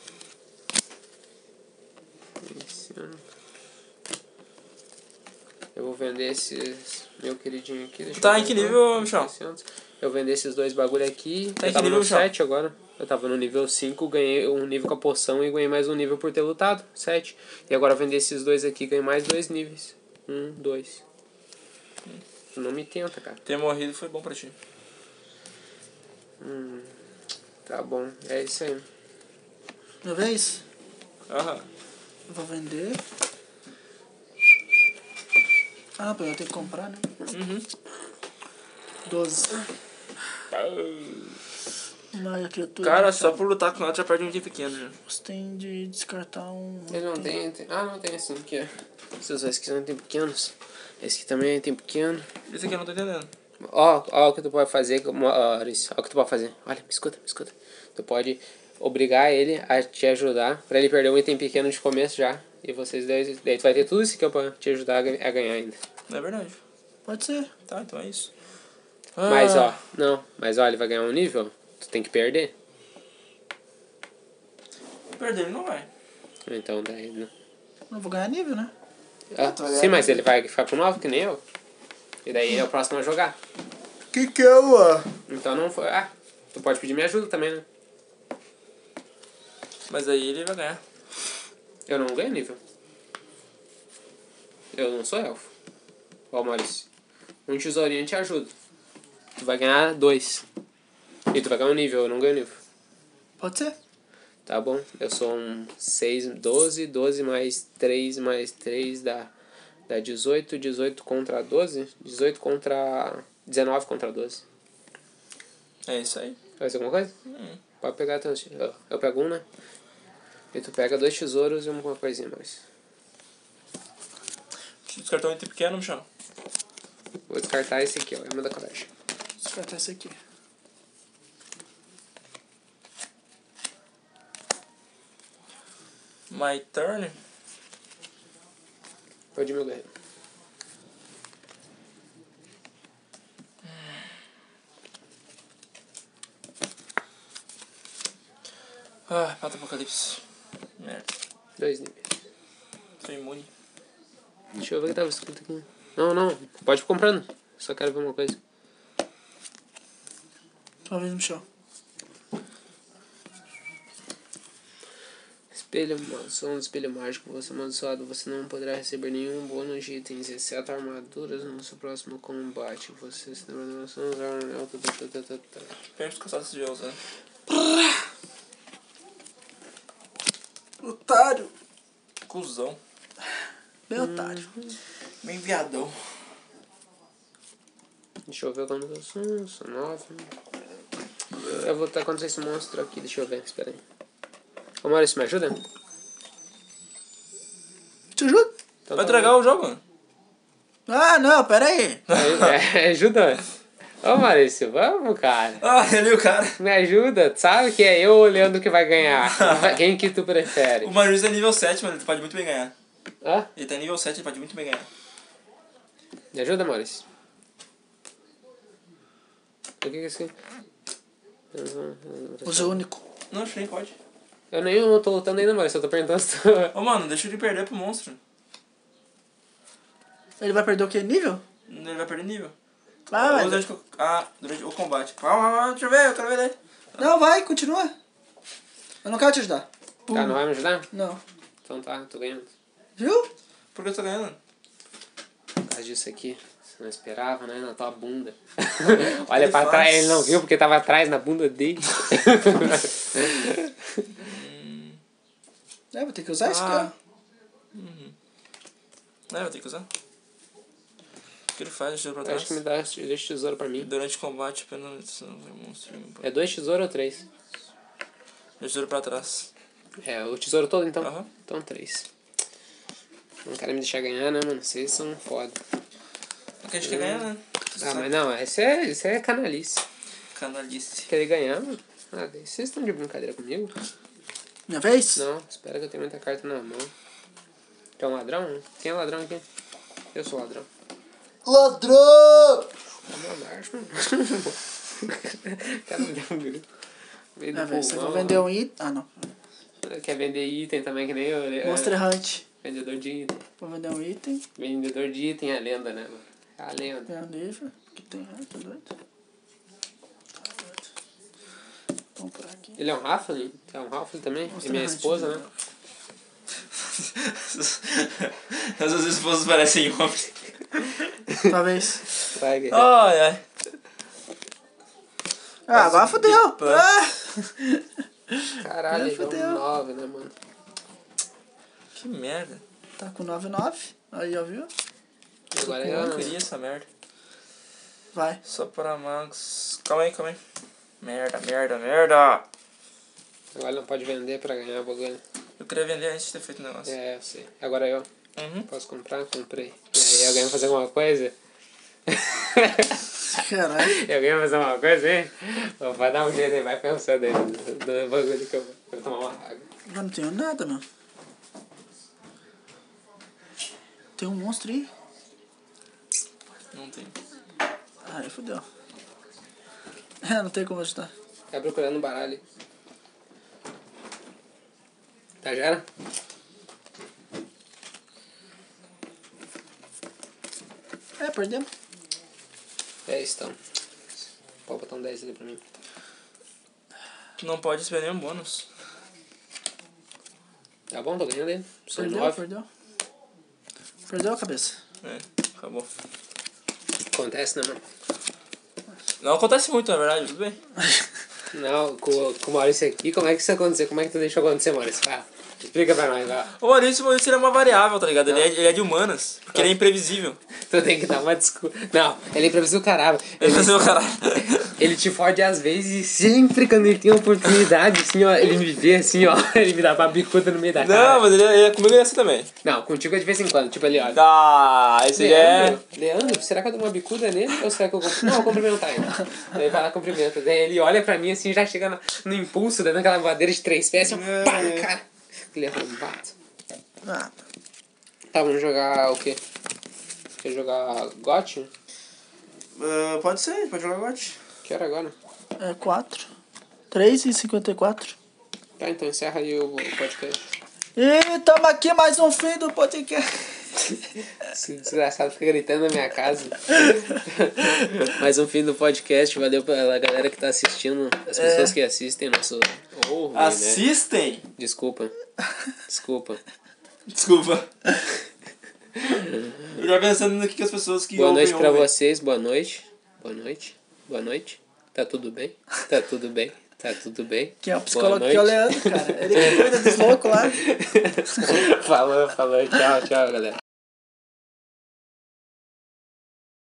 Esse ano. Eu vou vender esses... Meu queridinho aqui. Deixa Tá eu em que ver, nível, Michel? seiscentos. Eu vender esses dois bagulho aqui. Tá em Eu que tava nível, no Michel? sete agora. Eu tava no nível cinco, ganhei um nível com a poção e ganhei mais um nível por ter lutado. sete. E agora eu vender esses dois aqui, ganhei mais dois níveis. Um, dois. Não me tenta, cara. Ter morrido foi bom pra ti. Hum, tá bom, é isso aí. Minha vez? Aham. Eu vou vender. Ah, não, eu tenho que comprar, né? Uhum. doze. Mas a criatura... Cara, só por lutar com ela já perde um item pequeno já. Você tem de descartar um... Ele não tem, tem... Ah, não tem assim, que é. Esses dois aqui não tem pequenos. Esse aqui também tem pequeno. Esse aqui eu não tô entendendo. Ó, ó o que tu pode fazer, como- ó, Maurício, ó o que tu pode fazer. Olha, me escuta, me escuta. Tu pode obrigar ele a te ajudar, pra ele perder um item pequeno de começo já. E vocês daí, daí tu vai ter tudo isso aqui pra te ajudar a gan- a ganhar ainda. Não é verdade. Pode ser. Tá, então é isso. Mas Ah, ó, não, mas ó, ele vai ganhar um nível, tu tem que perder. Perder ele não vai. Então daí. Né? Não vou ganhar nível, né? Ah, sim, mas ele vai ficar pro nove, que nem eu. E daí ele é o próximo a jogar. Que que é, ué? Então não foi. Ah, tu pode pedir minha ajuda também, né? Mas aí ele vai ganhar. Eu não ganho nível. Eu não sou elfo. Ó, Maurício. Um tesourinho te ajuda. Tu vai ganhar dois. E tu vai ganhar um nível, eu não ganho nível. Pode ser. Tá bom? Eu sou um seis, doze, doze mais três mais três dá, dá dezoito, dezoito contra doze, dezoito contra... dezenove contra doze. É isso aí. Vai ser alguma coisa? Hum. Pode pegar teus... Eu, eu pego um, né? E tu pega dois tesouros e uma coisinha mais. Descartou um item pequeno, Michel. Vou descartar esse aqui, ó. Arma da coragem. Descartar esse aqui. My turn. Pode meu guerreiro. Ah, pata apocalipse. Merda. Dois níveis. Tô imune. Deixa eu ver o que tava escrito aqui. Não, não. Pode ir comprando. Só quero ver uma coisa. Uma vez no chão. Espelho, maldição do espelho mágico. Você é amaldiçoado. Você não poderá receber nenhum bônus de itens, exceto armaduras no seu próximo combate. Você se lembra da noção, usar o anel. Tá, tá, tá, tá, tá. Perde os caçados de usar. Otário. Cusão. Bem otário. Bem viadão. Deixa eu ver quando eu sou. Sou nove. Eu vou estar contra esse monstro aqui. Deixa eu ver. Espera aí. Ô, Maurício, me ajuda? Te ajuda? Então, Vai tá tragar o jogo, mano. Ah, não, pera aí. bom. É, ajuda. Ô, Maurício, vamos, cara. Ah, ele o cara. Me ajuda. Sabe que é eu olhando que vai ganhar. Quem que tu prefere? O Marius é nível sete, mano. Ele pode muito bem ganhar. Hã? Ele tá nível sete, ele pode muito bem ganhar. Me ajuda, Maurício. O que que é isso aqui? Usa único. Não, acho que nem pode. Eu nem não tô lutando ainda, Maurício. Eu tô perguntando se tu... Ô, mano, deixa ele perder pro monstro. Ele vai perder o que? Nível? Ele vai perder nível. Ah, Ou mas... durante, o- ah, durante o combate. Calma, calma, deixa eu ver, eu quero ver ele. Não, vai, continua. Eu não quero te ajudar. Tá, não vai me ajudar? Não. Então tá, tô ganhando. Viu? Por que eu tô ganhando? Por causa disso aqui. Você não esperava, né? Na tua bunda. Olha Ele pra faz. trás, ele não viu porque tava atrás na bunda dele. É, vou ter que usar isso, Ah. cara. É, vou ter que usar. O que ele faz? Deixa eu pra Eu trás. acho que me dá deixa tesouro pra mim. Durante o combate, apenas um monstro. É dois tesouros ou três? Deixa eu pra trás. É, o tesouro todo então? Aham. Então três. Não querem me deixar ganhar, né, mano? Vocês são foda. É que a gente quer ganhar, né? Você Ah, sabe. mas não, isso é, isso é canalice. Canalice. Querer ganhar, mano? Ah, vocês estão de brincadeira comigo? Minha vez? Não, espera que eu tenho muita carta na mão. Quer um ladrão? Quem é ladrão aqui? Eu sou ladrão. Ladrão! É meu marcho, mano. O cara me deu um grito. Veio do Minha vez. Eu pulmão, vou vender um item. Ah, não. Quer vender item também, que nem eu. é, Monster Hunt. Vendedor de item. Vou vender um item. Vendedor de item é a lenda, né, mano? É a lenda. Ganhar livro. Que tem? Ah, tá doido. Tá doido. Vamos por aqui. Ele é um Raffling? É um Raffling também? Monster E minha Hunt, esposa, né? As suas esposas parecem homens. Talvez. Vai, guerreiro. Ai, ai. Ah, agora fodeu. Ah! Caralho, ele é fudeu. um nove, né, mano? Que merda. Tá com nove nove. Aí, ó, viu? Agora Eu eu não não. queria essa merda. Vai. Só para magos. Calma aí, calma aí. Merda, merda, merda. Agora não pode vender pra ganhar o bagulho. Eu queria vender antes de ter feito o negócio. É, eu sei. Agora eu. Uhum. Posso comprar? Comprei. E aí, alguém vai fazer alguma coisa? Caralho. E alguém vai fazer alguma coisa, hein? Vai dar um jeito aí, vai pensando aí no, no bagulho que eu vou, eu vou tomar uma água. Eu não tenho nada, mano. Tem um monstro aí. Não tem. Ah, aí fodeu. É, não tem como ajudar. Tá procurando um baralho. Tá, já era? É, perdemos. É isso, então. Pode botar um dez ali pra mim. Não pode esperar nenhum bônus. Tá bom, tô ganhando ele. São Perdeu, nove. perdeu. Perdeu a cabeça. É, acabou. Acontece, né, mano? Não acontece muito, na verdade, tudo bem. Não, com, com o Maurício aqui, como é que isso aconteceu? Como é que tu deixou acontecer, Maurício? Fala. Explica pra nós, vai. O Maurício, o Maurício ele é uma variável, tá ligado? Ele é, ele é de humanas, porque ele é imprevisível. Tu tem que dar uma desculpa. Não, ele é imprevisível caralho. Ele Ele, é o caralho. ele te fode às vezes e sempre quando ele tem oportunidade, assim, ó, ele me vê assim, ó, ele me dá uma bicuda no meio da cara. Não, mas ele é, ele é comigo ele é assim também. Não, contigo é de vez em quando, tipo ali, ó. Ah, esse aí é... Leandro, Leandro, será que eu dou uma bicuda nele ou será que eu compro? Não, eu cumprimentar ele. Daí ele vai lá cumprimenta. Daí ele olha pra mim assim, já chega no, no impulso, dando aquela voadeira de três pés, assim, ó, pá, no cara. Ele é arrombado. Ah, Tá, vamos jogar o quê? Quer jogar GOT? Uh, pode ser, pode jogar gote. Que hora agora? é quatro. três e cinquenta e quatro. Tá, então encerra aí o podcast. E tamo aqui mais um fim do podcast. Esse desgraçado fica gritando na minha casa. Mais um fim do podcast. Valeu pela galera que tá assistindo. As pessoas que assistem nosso... Oh, ruim, né? Assistem. Desculpa. Desculpa. Desculpa. Eu já pensando no que, que as pessoas que Boa ouvem, noite pra ouvem. vocês. Boa noite. Boa noite. Boa noite. Tá tudo bem? Tá tudo bem. Tá tudo bem? Quem é o psicólogo Boa que é o noite. Leandro, cara. Ele que cuida dos loucos lá. Falou, falou. Tchau, tchau, galera.